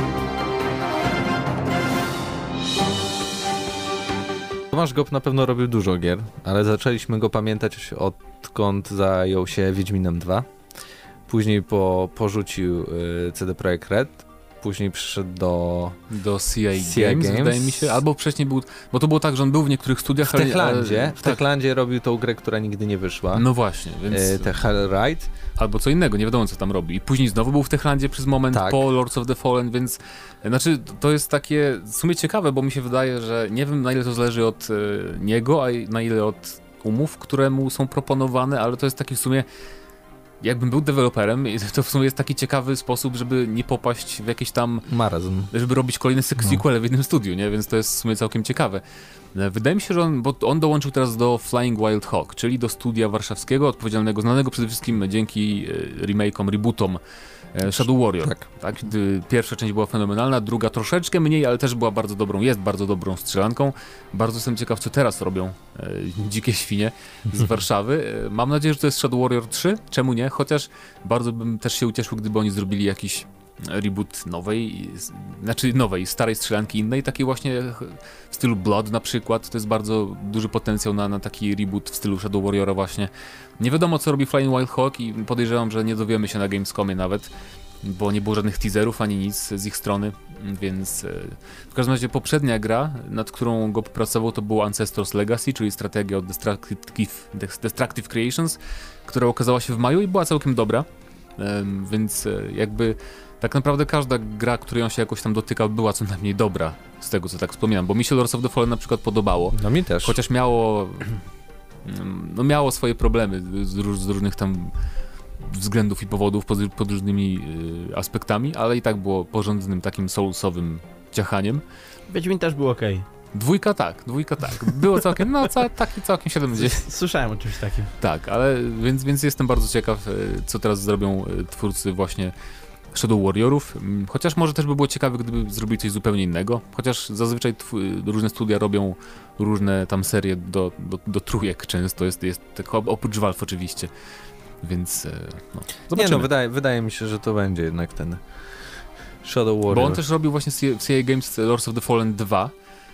Tomasz Gop na pewno robił dużo gier, ale zaczęliśmy go pamiętać odkąd zajął się Wiedźminem 2. Później porzucił CD Projekt Red. Później przyszedł do CI Games, wydaje mi się, albo wcześniej był, bo to było tak, że on był w niektórych studiach, w Techlandzie robił tą grę, która nigdy nie wyszła. No właśnie, więc... The Hellride. Albo co innego, nie wiadomo co tam robi. I później znowu był w Techlandzie przez moment po Lords of the Fallen, więc... Znaczy, to jest takie w sumie ciekawe, bo mi się wydaje, że nie wiem na ile to zależy od niego, a na ile od umów, które mu są proponowane, ale to jest taki w sumie... Jakbym był deweloperem, to w sumie jest taki ciekawy sposób, żeby nie popaść w jakiś tam... marazm. Żeby robić kolejne sequele w jednym studiu, nie? Więc to jest w sumie całkiem ciekawe. Wydaje mi się, że on dołączył teraz do Flying Wild Hog, czyli do studia warszawskiego, odpowiedzialnego, znanego przede wszystkim dzięki remake'om, rebootom Shadow Warrior. Tak. Pierwsza część była fenomenalna, druga troszeczkę mniej, ale też była bardzo dobrą, jest bardzo dobrą strzelanką. Bardzo jestem ciekaw, co teraz robią dzikie świnie z Warszawy. Mam nadzieję, że to jest Shadow Warrior 3, czemu nie? Chociaż bardzo bym też się ucieszył, gdyby oni zrobili jakiś reboot nowej, starej strzelanki innej, takiej właśnie w stylu Blood na przykład. To jest bardzo duży potencjał na taki reboot w stylu Shadow Warriora właśnie. Nie wiadomo, co robi Flying Wild Hog i podejrzewam, że nie dowiemy się na Gamescomie nawet, bo nie było żadnych teaserów ani nic z ich strony, więc w każdym razie poprzednia gra, nad którą go pracował, to było Ancestors Legacy, czyli strategia od Destructive Creations, która okazała się w maju i była całkiem dobra, więc jakby tak naprawdę każda gra, której on się jakoś tam dotykał, była co najmniej dobra, z tego co tak wspominam, bo mi się Lords of the Fallen na przykład podobało. No mi też. Chociaż miało swoje problemy z różnych tam względów i powodów pod różnymi aspektami, ale i tak było porządnym takim soulsowym ciachaniem. Wiedźmin też był okej. Dwójka tak. Było całkiem, taki całkiem 7/10. Słyszałem o czymś takim. Tak, ale więc jestem bardzo ciekaw, co teraz zrobią twórcy właśnie Shadow Warriorów, chociaż może też by było ciekawe, gdyby zrobili coś zupełnie innego, chociaż zazwyczaj różne studia robią różne tam serie do trójek często, jest tak, oprócz Valve oczywiście, więc zobaczymy. Nie no, wydaje mi się, że to będzie jednak ten Shadow Warrior. Bo on też robił właśnie w CA Games Lords of the Fallen 2,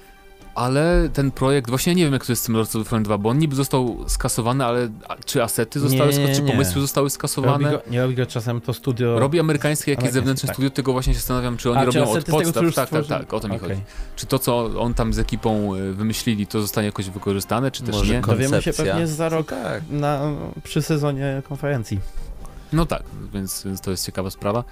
ale ten projekt, właśnie ja nie wiem jak to jest z tym Lords of the Fallen 2, bo on niby został skasowany, ale czy asety zostały czy pomysły zostały skasowane? Nie robi go czasem to studio... Robi amerykańskie jakieś zewnętrzne studio, tylko właśnie się zastanawiam, czy oni robią od podstaw. Tak, o to mi chodzi. Czy to, co on tam z ekipą wymyślili, to zostanie jakoś wykorzystane, czy też nie? Dowiemy się pewnie za rok przy sezonie konferencji. No tak, więc to jest ciekawa sprawa.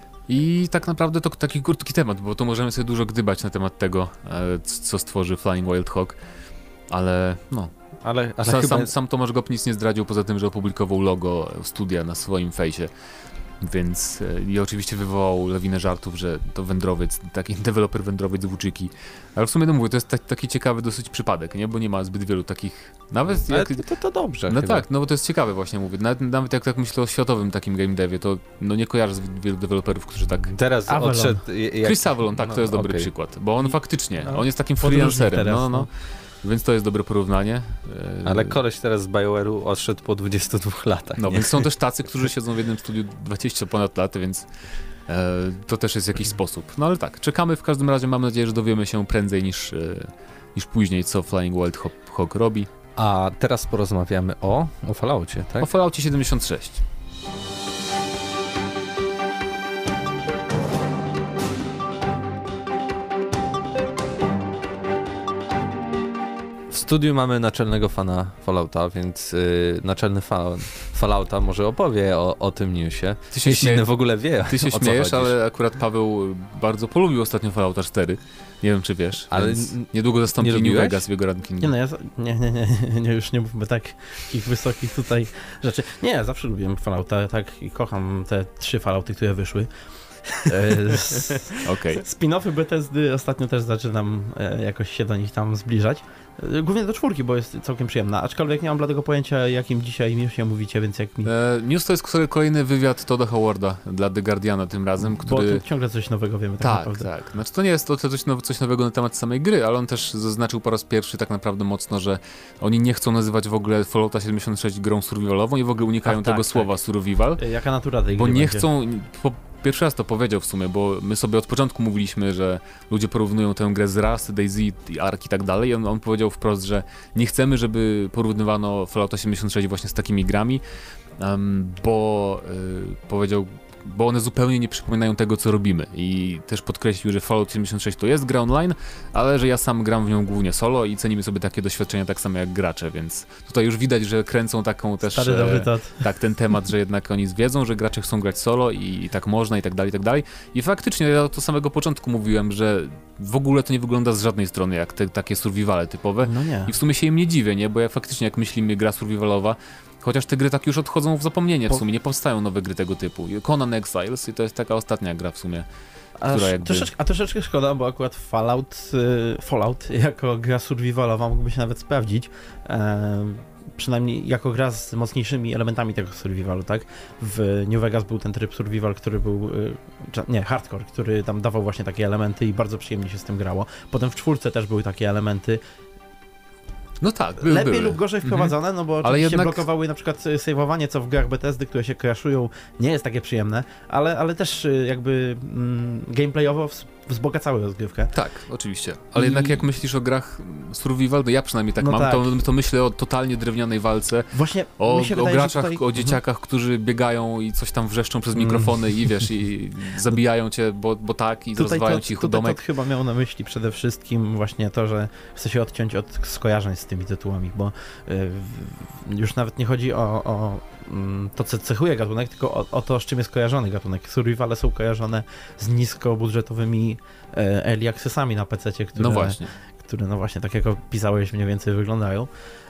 I tak naprawdę to taki krótki temat, bo to możemy sobie dużo gdybać na temat tego, co stworzy Flying Wild Hog, ale no. Ale sam Tomasz Gop nic nie zdradził, poza tym, że opublikował logo studia na swoim fejsie. Więc i oczywiście wywołał lawinę żartów, że to wędrowiec, taki deweloper wędrowiec z Włóczyki. Ale w sumie mówię, to jest taki ciekawy dosyć przypadek, nie? Bo nie ma zbyt wielu takich, nawet to dobrze. No chyba. tak, no bo to jest ciekawe właśnie, mówię. Nawet jak tak myślę o światowym takim game devie, to nie kojarzę zbyt wielu deweloperów, którzy tak... Teraz Avalon. odszedł... Chris Avalon, tak, to jest dobry przykład, bo on faktycznie, on jest takim freelancerem, więc to jest dobre porównanie. Ale koleś teraz z BioWare'u odszedł po 22 latach. No, więc są też tacy, którzy siedzą w jednym studiu 20 ponad lat, więc to też jest jakiś sposób. No ale tak, czekamy w każdym razie, mam nadzieję, że dowiemy się prędzej niż później, co Flying Wild Hog robi. A teraz porozmawiamy o Falloutie, tak? O Falloutie 76. W studiu mamy naczelnego fana Fallouta, więc naczelny fan Fallouta może opowie o tym newsie. Jeśli w ogóle wie, ty się śmiejesz, ale akurat Paweł bardzo polubił ostatnio Fallouta 4. Nie wiem, czy wiesz, ale niedługo zastąpi New Vegas w jego rankingu. Nie, już nie mówmy takich wysokich tutaj rzeczy. Nie, ja zawsze lubiłem Fallouta, tak, i kocham te 3 Fallouty, które wyszły. Okay. Spin-offy Bethesdy ostatnio też zaczynam jakoś się do nich tam zbliżać. Głównie do 4, bo jest całkiem przyjemna, aczkolwiek nie mam bladego pojęcia, jakim dzisiaj newsie mówicie, więc jak mi... News to jest kolejny wywiad Todda Howarda dla The Guardiana tym razem, który... Bo ciągle coś nowego wiemy tak naprawdę. Tak. Znaczy to nie jest to coś nowego na temat samej gry, ale on też zaznaczył po raz pierwszy tak naprawdę mocno, że oni nie chcą nazywać w ogóle Fallouta 76 grą survivalową i w ogóle unikają tego słowa survival. Jaka natura tej gry Bo nie będzie? chcą... Pierwszy raz to powiedział w sumie, bo my sobie od początku mówiliśmy, że ludzie porównują tę grę z Rust, DayZ, Ark i tak dalej. On powiedział wprost, że nie chcemy, żeby porównywano Fallouta 76 właśnie z takimi grami, bo powiedział, bo one zupełnie nie przypominają tego, co robimy. I też podkreślił, że Fallout 76 to jest gra online, ale że ja sam gram w nią głównie solo i cenimy sobie takie doświadczenia tak samo jak gracze, więc tutaj już widać, że kręcą taką też... Tak, ten temat, że jednak oni wiedzą, że gracze chcą grać solo i tak można i tak dalej, i tak dalej. I faktycznie ja to samego początku mówiłem, że w ogóle to nie wygląda z żadnej strony jak takie survivale typowe. No nie. I w sumie się im nie dziwię, nie? Bo ja faktycznie jak myślimy gra survivalowa, chociaż te gry tak już odchodzą w zapomnienie w sumie, nie powstają nowe gry tego typu. Conan Exiles i to jest taka ostatnia gra w sumie, która jakby... Troszeczkę szkoda, bo akurat Fallout jako gra survivalowa mógłby się nawet sprawdzić. Przynajmniej jako gra z mocniejszymi elementami tego survivalu, tak? W New Vegas był ten tryb survival, który był... hardcore, który tam dawał właśnie takie elementy i bardzo przyjemnie się z tym grało. Potem w 4 też były takie elementy. No tak, lepiej były. lub gorzej wprowadzone, no bo oczywiście jednak... blokowały na przykład save'owanie, co w grach Bethesdy, które się crashują, nie jest takie przyjemne, ale też jakby gameplayowo wzbogacały rozgrywkę. Tak, oczywiście. Ale jednak jak myślisz o grach survival, no ja przynajmniej tak No mam, tak. To myślę o totalnie drewnianej walce, Właśnie o mi się wydaje, graczach, że tutaj... o dzieciakach, którzy biegają i coś tam wrzeszczą przez mikrofony i wiesz, i zabijają cię, bo tak, i rozwalają ci ich domek. To chyba miał na myśli przede wszystkim właśnie to, że chce się odciąć od skojarzeń z tymi tytułami, bo już nawet nie chodzi o to, co cechuje gatunek, tylko o to, z czym jest kojarzony gatunek. Survivale są kojarzone z niskobudżetowymi early accessami na PC-cie, które, No właśnie. które no właśnie, tak jak opisałeś, mniej więcej wyglądają.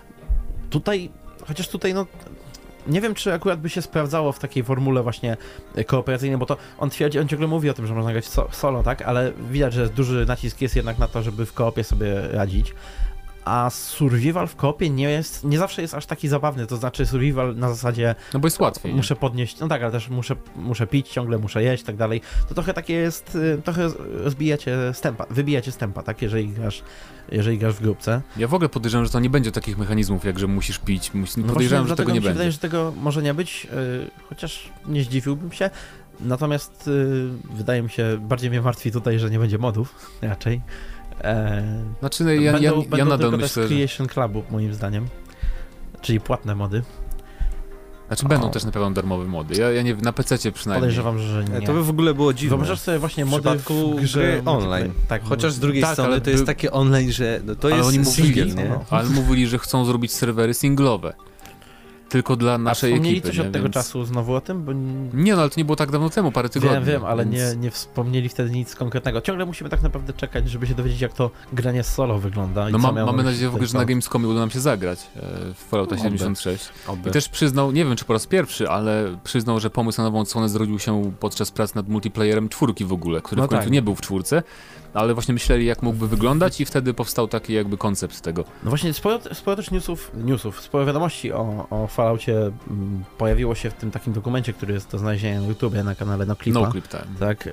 Chociaż tutaj no nie wiem, czy akurat by się sprawdzało w takiej formule właśnie kooperacyjnej, bo to on ciągle mówi o tym, że można grać solo, tak? Ale widać, że duży nacisk jest jednak na to, żeby w koopie sobie radzić. A survival w koopie nie zawsze jest aż taki zabawny, to znaczy survival na zasadzie No bo jest łatwiej. muszę podnieść, no tak, ale też muszę pić ciągle, muszę jeść i tak dalej. To trochę takie jest, trochę wybijacie z tempa, tak, jeżeli grasz w grupce. Ja w ogóle podejrzewam, że to nie będzie takich mechanizmów, jak że musisz pić. No Podejrzewam, że tego nie będzie. Wydaje, że tego może nie być, chociaż nie zdziwiłbym się. Natomiast wydaje mi się, bardziej mnie martwi tutaj, że nie będzie modów raczej. Znaczy, no, ja nadal tylko myślę, bez Creation Clubu, moim zdaniem. Czyli płatne mody. Znaczy będą też na pewno darmowe mody. Ja nie na PC-cie przynajmniej. Podejrzewam, że nie. To by w ogóle było dziwne. Wyobrażasz sobie właśnie w mody przypadku w grze gry online. Tak, Chociaż z drugiej tak, strony ale to jest takie online, że no to ale jest oni single, mówili, nie? Ale mówili, że chcą zrobić serwery singlowe. Tylko dla naszej wspomnieli ekipy. coś od tego czasu znowu o tym? Bo... Nie, no ale to nie było tak dawno temu, parę tygodni. Wiem, ale więc... nie wspomnieli wtedy nic konkretnego. Ciągle musimy tak naprawdę czekać, żeby się dowiedzieć, jak to granie solo wygląda. No i co mamy nadzieję w ogóle, że na Gamescomie uda nam się zagrać w Fallouta 76. Oby. I też przyznał, nie wiem czy po raz pierwszy, ale przyznał, że pomysł na nową odsłonę zrodził się podczas prac nad multiplayerem 4 w ogóle, który w końcu nie był w 4, ale właśnie myśleli, jak mógłby wyglądać i wtedy powstał taki jakby koncept tego. No właśnie, sporo też newsów, sporo wiadomości o Falloutie pojawiło się w tym takim dokumencie, który jest do znalezienia na YouTubie, na kanale NoClipa. NoClip, tak. Tak,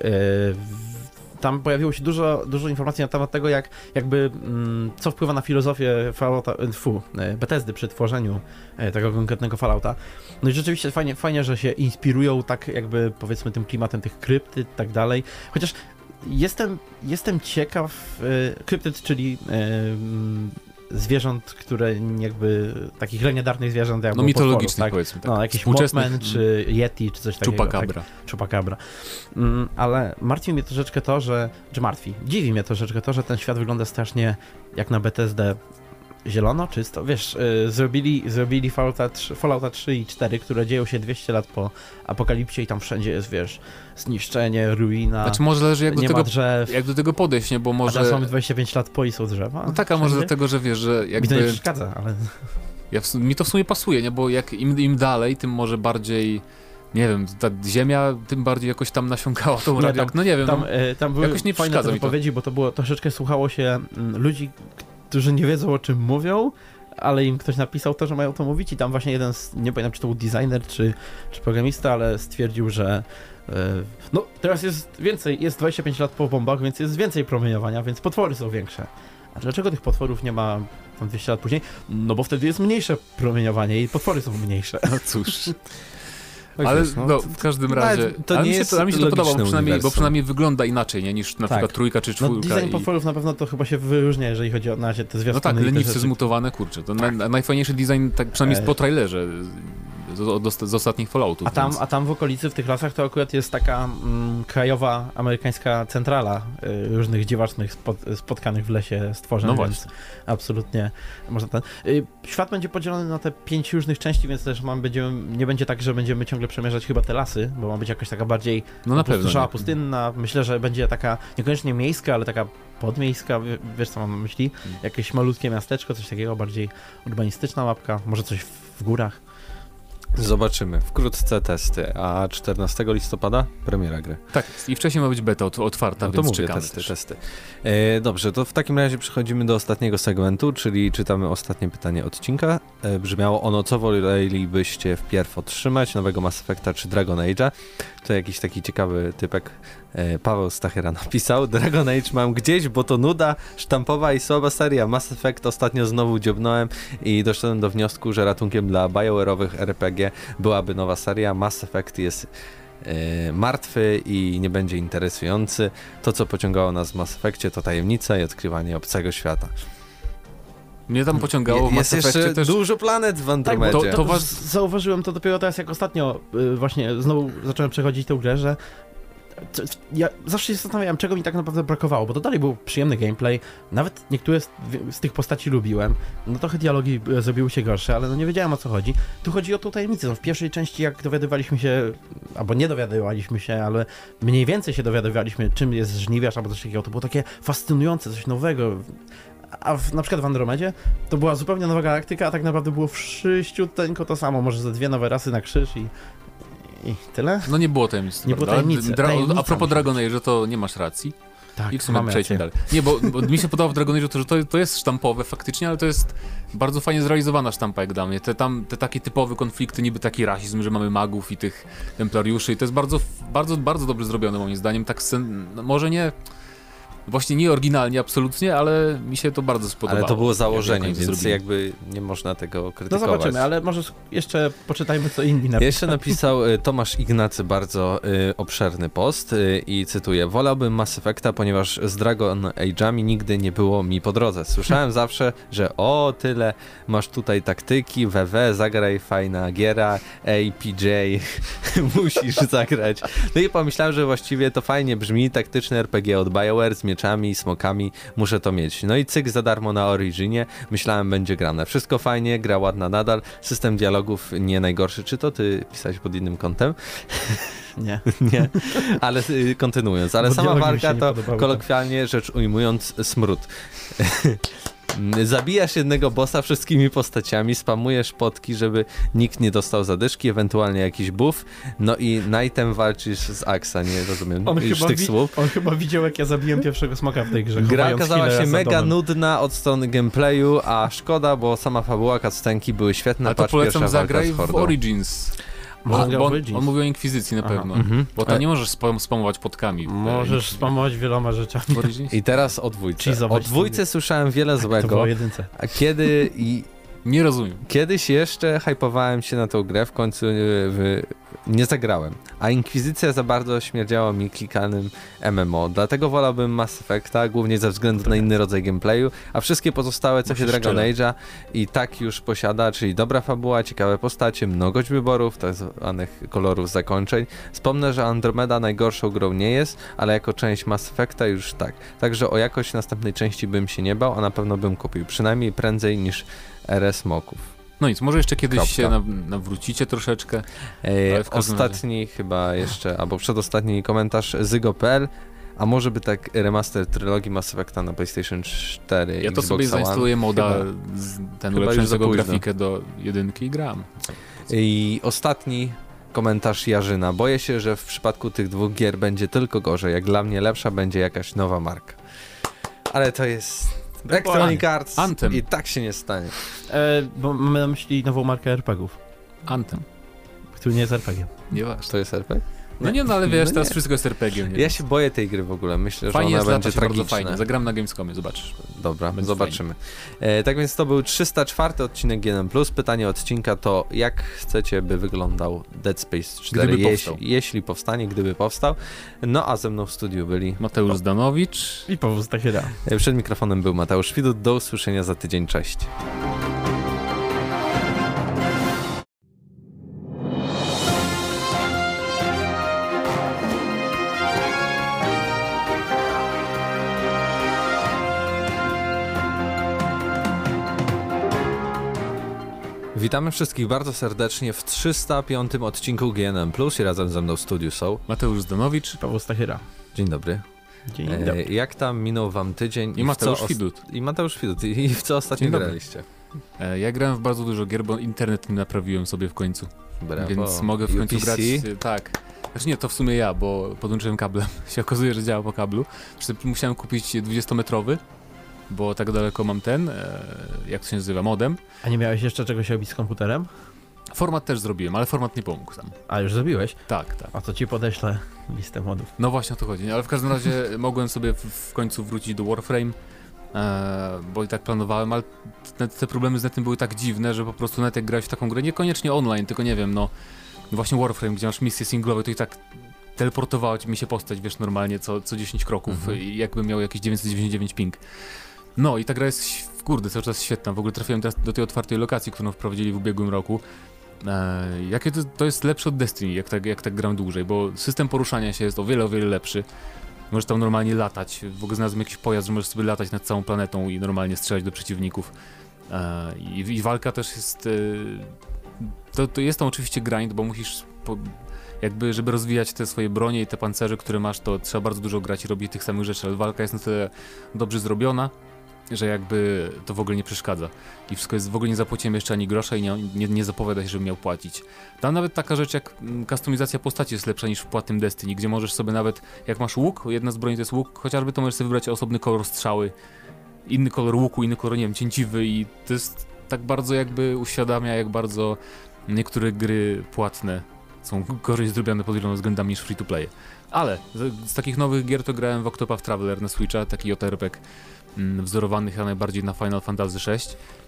tam pojawiło się dużo informacji na temat tego, co wpływa na filozofię Bethesdy przy tworzeniu tego konkretnego Fallouta. No i rzeczywiście fajnie, że się inspirują tak jakby powiedzmy tym klimatem tych krypty i tak dalej. Chociaż jestem ciekaw, kryptyd, czyli zwierząt, które jakby, takich legendarnych zwierząt, jak mitologicznych tak? powiedzmy. Tak. No, jakiś Mothman, czy Yeti, czy coś takiego. Chupacabra. Ale martwi mnie troszeczkę to, dziwi mnie troszeczkę to, że ten świat wygląda strasznie jak na Bethesdę zielono, czysto. Wiesz, zrobili Fallouta 3 i 4, które dzieją się 200 lat po apokalipsie i tam wszędzie jest, wiesz, zniszczenie, ruina. Znaczy może zależy jak do tego podejść, nie? Bo może... A teraz mamy 25 lat po i są drzewa. No tak, a może dlatego, że wiesz, że jakby... Mi to nie przeszkadza, ale... Mi to w sumie pasuje, nie? Bo jak im dalej, tym może bardziej... Nie wiem, ta ziemia tym bardziej jakoś tam nasiąkała tą radioaktywność. No nie wiem, tam były jakoś nie fajne te wypowiedzi, bo to było troszeczkę słuchało się ludzi, którzy nie wiedzą, o czym mówią, ale im ktoś napisał to, że mają to mówić i tam właśnie jeden nie pamiętam, czy to był designer, czy programista, ale stwierdził, że no teraz jest więcej, jest 25 lat po bombach, więc jest więcej promieniowania, więc potwory są większe. A dlaczego tych potworów nie ma tam 200 lat później? No bo wtedy jest mniejsze promieniowanie i potwory są mniejsze. No cóż... Ale w każdym razie, to nie mi się to podoba, bo przynajmniej wygląda inaczej, nie, niż na przykład 3 czy 4. No design potworów na pewno to chyba się wyróżnia, jeżeli chodzi o te zwiastuny. No tak, leniwcy zmutowane, kurczę, to najfajniejszy design, tak przynajmniej po trailerze z ostatnich Falloutów. A tam w okolicy, w tych lasach, to akurat jest taka krajowa amerykańska centrala różnych dziwacznych spotkanych w lesie stworzeń, no więc absolutnie można świat będzie podzielony na te 5 różnych części, więc też nie będzie tak, że będziemy ciągle przemierzać chyba te lasy, bo ma być jakaś taka bardziej pustynna. Myślę, że będzie taka niekoniecznie miejska, ale taka podmiejska, wiesz co mam na myśli? Jakieś malutkie miasteczko, coś takiego, bardziej urbanistyczna mapka, może coś w górach. Zobaczymy. Wkrótce testy, a 14 listopada premiera gry. Tak, i wcześniej ma być beta otwarta, więc czekamy testy. Dobrze, to w takim razie przechodzimy do ostatniego segmentu, czyli czytamy ostatnie pytanie odcinka. Brzmiało ono, co wolelibyście wpierw otrzymać, nowego Mass Effecta czy Dragon Age'a? To jakiś taki ciekawy typek Paweł Stachyra napisał. Dragon Age mam gdzieś, bo to nuda, sztampowa i słaba seria. Mass Effect ostatnio znowu dziobnąłem i doszedłem do wniosku, że ratunkiem dla BioWare'owych RPG byłaby nowa seria. Mass Effect jest martwy i nie będzie interesujący. To, co pociągało nas w Mass Effectie, to tajemnica i odkrywanie obcego świata. Mnie tam pociągało w Mass Jest Effectie jeszcze też... dużo planet w Andromedzie. Zauważyłem to dopiero teraz, jak ostatnio właśnie znowu zacząłem przechodzić tę grę, że ja zawsze się zastanawiałem, czego mi tak naprawdę brakowało, bo to dalej był przyjemny gameplay, nawet niektóre z tych postaci lubiłem, no trochę dialogi zrobiły się gorsze, ale no nie wiedziałem, o co chodzi. Tu chodzi o tą tajemnicę. No w pierwszej części, jak dowiadywaliśmy się, albo nie dowiadywaliśmy się, ale mniej więcej się dowiadywaliśmy, czym jest żniwiarz albo coś takiego, to było takie fascynujące, coś nowego. A na przykład w Andromedzie to była zupełnie nowa galaktyka, a tak naprawdę było wszyściuteńko to samo, może ze 2 nowe rasy na krzyż i tyle? No nie było tajemnicy. Nie było tajemnicy. A propos Dragon Age, to nie masz racji. Tak, i w sumie przejdźmy dalej. Nie, bo mi się podobało w Dragon Age to, że to jest sztampowe faktycznie, ale to jest bardzo fajnie zrealizowana sztampa jak dla mnie. Te takie typowe konflikty, niby taki rasizm, że mamy magów i tych templariuszy i to jest bardzo, bardzo, bardzo dobrze zrobione moim zdaniem. Tak może nie... Właśnie nie oryginalnie, absolutnie, ale mi się to bardzo spodobało. Ale to było założenie, jak więc jakby nie można tego krytykować. No zobaczymy, ale może jeszcze poczytajmy, co inni napisali. Jeszcze napisał Tomasz Ignacy bardzo obszerny post i cytuję: wolałbym Mass Effecta, ponieważ z Dragon Age'ami nigdy nie było mi po drodze. Słyszałem zawsze, że tyle, masz tutaj taktyki, zagraj, fajna giera, PJ, musisz zagrać. No i pomyślałem, że właściwie to fajnie brzmi, taktyczne RPG od BioWare z mieczami, smokami, muszę to mieć. No i cyk za darmo na Originie, myślałem, będzie grane. Wszystko fajnie, gra ładna nadal, system dialogów nie najgorszy. Czy to ty pisałeś pod innym kątem? Nie. Nie, ale kontynuując, ale bo sama walka to podobały, kolokwialnie rzecz ujmując smród. Zabijasz jednego bossa wszystkimi postaciami, spamujesz potki, żeby nikt nie dostał zadyszki, ewentualnie jakiś buff, no i Knightem walczysz z Axa, nie rozumiem już tych słów. On chyba widział, jak ja zabiłem pierwszego smoka w tej grze. Gra okazała się mega nudna od strony gameplayu, a szkoda, bo sama fabuła, cutscenki były świetne. Ale to polecam, zagraj w Origins. Bo on mówi o Inkwizycji na pewno. Bo tam nie możesz spamować potkami. Możesz spamować wieloma rzeczami. I teraz o dwójce. O dwójce słyszałem wiele złego. To było jedynce. A kiedy... Nie rozumiem. Kiedyś jeszcze hypowałem się na tą grę, w końcu nie zagrałem. A Inkwizycja za bardzo śmierdziała mi klikanym MMO. Dlatego wolałbym Mass Effecta, głównie ze względu na inny rodzaj gameplayu, a wszystkie pozostałe cechy Dragon Age'a i tak już posiada, czyli dobra fabuła, ciekawe postacie, mnogość wyborów, tak zwanych kolorów zakończeń. Wspomnę, że Andromeda najgorszą grą nie jest, ale jako część Mass Effecta już tak. Także o jakość następnej części bym się nie bał, a na pewno bym kupił. Przynajmniej prędzej niż RS Smoków. No nic, może jeszcze kiedyś się nawrócicie troszeczkę. Ostatni razie. Chyba jeszcze, albo przedostatni komentarz Zygo.pl. A może by tak remaster trylogii Mass Effecta na PlayStation 4 Ja to Xbox sobie zainstaluję moda, ten ulepszającego grafikę do 1 i gram. I ostatni komentarz Jarzyna. Boję się, że w przypadku tych dwóch gier będzie tylko gorzej. Jak dla mnie lepsza będzie jakaś nowa marka. Ale to jest... Electronic Arts Anthem. I tak się nie stanie. Bo mamy na myśli nową markę RPGów. Anthem. Który nie jest RPG. Nieważne. To jest RPG? No nie, no ale wiesz, teraz wszystko jest RPG. Ja się boję tej gry w ogóle. Myślę, fajnie że ona jest, będzie tragiczna. Fajnie. Zagram na Gamescomie, zobaczysz. Dobra, zobaczymy. Tak więc to był 304 odcinek GNM+. Pytanie odcinka to, jak chcecie, by wyglądał Dead Space 4, jeśli powstanie, gdyby powstał. No a ze mną w studiu byli Mateusz Zdanowicz i Paweł Stachyra. Przed mikrofonem był Mateusz Widut. Do usłyszenia za tydzień. Cześć. Witamy wszystkich bardzo serdecznie w 305 odcinku GNM+. I razem ze mną w studiu są Mateusz Zdanowicz, Paweł Stachyra. Dzień dobry. Dzień dobry. Jak tam minął wam tydzień? I Mateusz Widut. I Mateusz Widut. I w co ostatnio graliście? Ja grałem w bardzo dużo gier, bo internet mi naprawiłem sobie w końcu. Brawo. Więc mogę w końcu grać. Tak. Znaczy nie, to w sumie ja, bo podłączyłem kablem. Się okazuje, że działa po kablu. Musiałem kupić 20-metrowy. Bo tak daleko mam jak to się nazywa, modem. A nie miałeś jeszcze czegoś robić z komputerem? Format też zrobiłem, ale format nie pomógł tam. A już zrobiłeś? Tak. A to ci podeślę listę modów. No właśnie o to chodzi, ale w każdym razie mogłem sobie w końcu wrócić do Warframe, bo i tak planowałem, ale te problemy z netem były tak dziwne, że po prostu net jak grałeś w taką grę, niekoniecznie online, tylko nie wiem, no właśnie Warframe, gdzie masz misje singlowe, to i tak teleportowała mi się postać, wiesz, normalnie co 10 kroków, i jakbym miał jakieś 999 ping. No i ta gra jest, kurde, cały czas świetna, w ogóle trafiłem teraz do tej otwartej lokacji, którą wprowadzili w ubiegłym roku. Jakie to jest lepsze od Destiny, jak tak gram dłużej, bo system poruszania się jest o wiele lepszy. Możesz tam normalnie latać, w ogóle znalazłem jakiś pojazd, że możesz sobie latać nad całą planetą i normalnie strzelać do przeciwników. I walka też jest... To jest tam oczywiście grind, bo musisz... Jakby, żeby rozwijać te swoje bronie i te pancerze, które masz, to trzeba bardzo dużo grać i robić tych samych rzeczy, ale walka jest na tyle dobrze zrobiona, że jakby to w ogóle nie przeszkadza. I wszystko jest, w ogóle nie zapłaciłem jeszcze ani grosza i nie zapowiada się, żebym miał płacić. Tam nawet taka rzecz jak kustomizacja postaci jest lepsza niż w płatnym Destiny, gdzie możesz sobie nawet, jak masz łuk, jedna z broni to jest łuk, chociażby to możesz sobie wybrać osobny kolor strzały, inny kolor łuku, inny kolor, nie wiem, cięciwy i to jest tak bardzo jakby uświadamia, jak bardzo niektóre gry płatne są gorzej zrobione pod wieloma względami niż free to play. Ale z takich nowych gier to grałem w Octopath Traveler na Switcha, taki JRPG wzorowany chyba najbardziej na Final Fantasy VI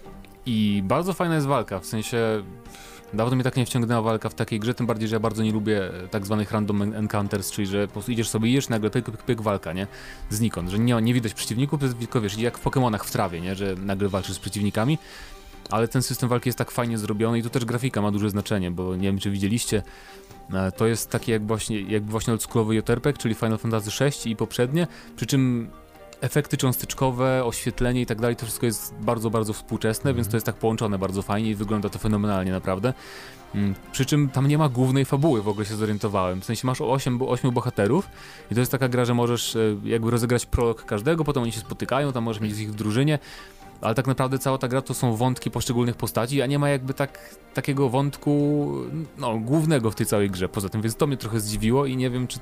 i bardzo fajna jest walka, w sensie dawno mnie tak nie wciągnęła walka w takiej grze, tym bardziej, że ja bardzo nie lubię tak zwanych random encounters, czyli że po prostu idziesz sobie, idziesz, nagle pyk, walka, nie? Znikąd, że nie widać przeciwników, tylko wiesz, jak w Pokemonach w trawie, nie? Że nagle walczysz z przeciwnikami, ale ten system walki jest tak fajnie zrobiony i tu też grafika ma duże znaczenie, bo nie wiem, czy widzieliście, to jest taki jakby właśnie oldschoolowy JRPG, czyli Final Fantasy VI i poprzednie, przy czym efekty cząsteczkowe, oświetlenie i tak dalej, to wszystko jest bardzo współczesne, więc to jest tak połączone bardzo fajnie i wygląda to fenomenalnie naprawdę. Przy czym tam nie ma głównej fabuły, w ogóle się zorientowałem. W sensie masz 8 bohaterów i to jest taka gra, że możesz jakby rozegrać prolog każdego, potem oni się spotykają, tam możesz mieć ich w drużynie, ale tak naprawdę cała ta gra to są wątki poszczególnych postaci, a nie ma jakby takiego wątku głównego w tej całej grze poza tym, więc to mnie trochę zdziwiło i nie wiem,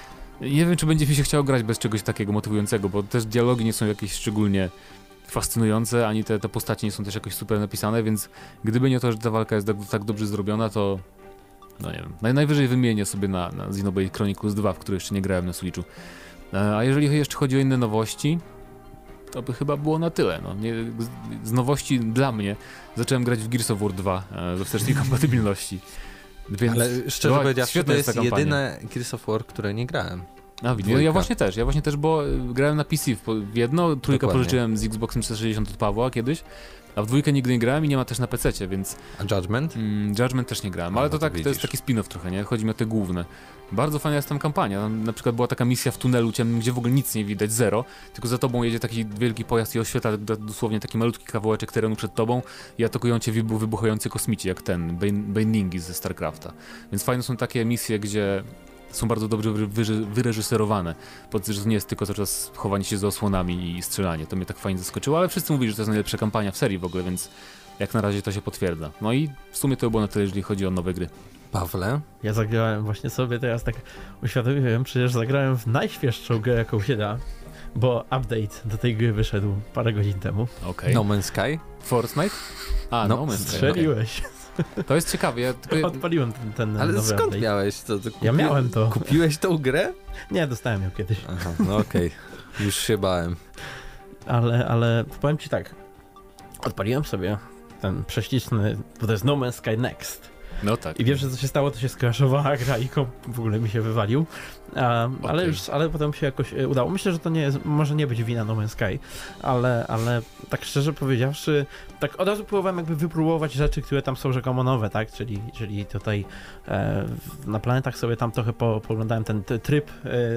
czy będzie mi się chciało grać bez czegoś takiego motywującego, bo też dialogi nie są jakieś szczególnie fascynujące, ani te postacie nie są też jakoś super napisane, więc gdyby nie to, że ta walka jest tak dobrze zrobiona, to no nie wiem, najwyżej wymienię sobie na Xenoblade Chronicles 2, w który jeszcze nie grałem na Switchu. A jeżeli jeszcze chodzi o inne nowości, to by chyba było na tyle. No. Z nowości dla mnie zacząłem grać w Gears of War 2 ze wstecznej kompatybilności. Więc ale szczerze powiedziawszy, to jest jedyne Gears of War, które nie grałem. Ja właśnie też, bo grałem na PC w jedno, trójkę pożyczyłem z Xboxem 360 od Pawła kiedyś, a w dwójkę nigdy nie grałem i nie ma też na PC-cie, więc... A Judgment? Judgment też nie grałem, ale to jest taki spin-off trochę, nie? Chodzi mi o te główne. Bardzo fajna jest tam kampania, tam na przykład była taka misja w tunelu ciemnym, gdzie w ogóle nic nie widać, zero, tylko za tobą jedzie taki wielki pojazd i oświetla dosłownie taki malutki kawałeczek terenu przed tobą i atakują cię wybuchający kosmici, jak ten Bainingi ze StarCrafta. Więc fajne są takie misje, gdzie są bardzo dobrze wyreżyserowane, że to nie jest tylko cały czas chowanie się za osłonami i strzelanie. To mnie tak fajnie zaskoczyło, ale wszyscy mówili, że to jest najlepsza kampania w serii w ogóle, więc jak na razie to się potwierdza. No i w sumie to było na tyle, jeżeli chodzi o nowe gry. Pawle? Ja zagrałem właśnie sobie teraz tak uświadomiłem, przecież zagrałem w najświeższą grę, jaką się da, bo update do tej gry wyszedł parę godzin temu. Okay. No Man's Sky? Fortnite? A, No Man's Sky. Strzeliłeś. Okay. To jest ciekawe. Ja odpaliłem ten ale nowy skąd update. Miałeś to? Ja miałem to. Kupiłeś tą grę? Nie, dostałem ją kiedyś. Aha, no okej. Już się bałem. Ale powiem ci tak. Odpaliłem sobie ten prześliczny, bo to jest No Man's Sky Next. No tak. I wiesz, że co się stało, to się skraszowała gra i w ogóle mi się wywalił. Ale potem się jakoś udało. Myślę, że to może nie być wina No Man's Sky, ale tak szczerze powiedziawszy, tak od razu próbowałem jakby wypróbować rzeczy, które tam są rzekomo nowe, tak? Czyli tutaj na planetach sobie tam trochę pooglądałem ten tryb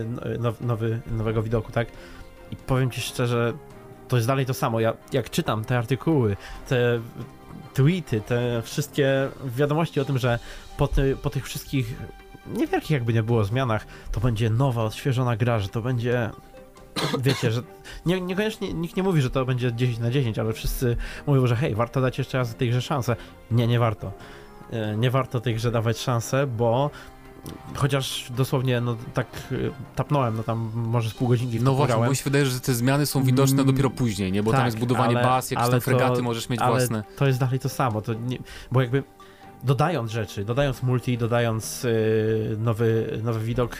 nowego widoku, tak? I powiem ci szczerze, to jest dalej to samo. Ja jak czytam te artykuły, te tweety, te wszystkie wiadomości o tym, że po tych wszystkich niewielkich jakby nie było zmianach, to będzie nowa, odświeżona gra, że to będzie, wiecie, że niekoniecznie nikt nie mówi, że to będzie 10/10, ale wszyscy mówią, że hej, warto dać jeszcze raz tej grze szansę. Nie warto. Nie warto tej grze dawać szansę, bo chociaż dosłownie, tak tapnąłem, tam może z pół godzinki w to właśnie, bo mi się wydaje, że te zmiany są widoczne dopiero później, nie? Bo tak, tam jest budowanie baz, jakieś tam fregaty możesz mieć własne. To jest dalej to samo, bo jakby dodając rzeczy, dodając multi, dodając nowy widok,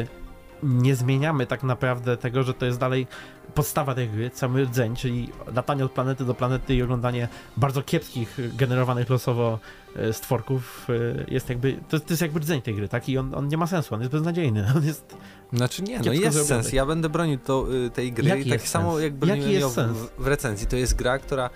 nie zmieniamy tak naprawdę tego, że to jest dalej podstawa tej gry, cały rdzeń, czyli latanie od planety do planety i oglądanie bardzo kiepskich, generowanych losowo stworków jest jakby, to jest jakby rdzeń tej gry, tak? I on nie ma sensu, on jest beznadziejny, on jest... Znaczy nie, no jest sens, ja będę bronił tej gry Jaki i tak jest samo sens? jak broniłem ją sens? w recenzji, to jest gra, która...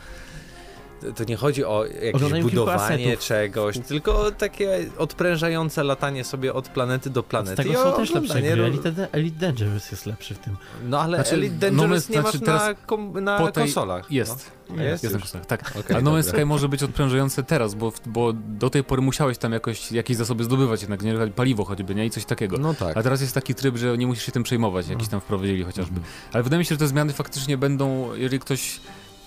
To nie chodzi o jakieś Oglądają budowanie czegoś, tylko takie odprężające latanie sobie od planety do planety. Z tego są też lepsze gry. Elite Dangerous jest lepszy w tym. No ale znaczy, Elite Dangerous nie masz teraz na konsolach. Jest. No. Jest na konsolach, tak. Okay, ale No Man's Sky może być odprężające teraz, bo do tej pory musiałeś tam jakieś zasoby zdobywać jednak, nie? Paliwo choćby, nie? I coś takiego. No tak. A teraz jest taki tryb, że nie musisz się tym przejmować, jakiś tam wprowadzili chociażby. Ale wydaje mi się, że te zmiany faktycznie będą, jeżeli ktoś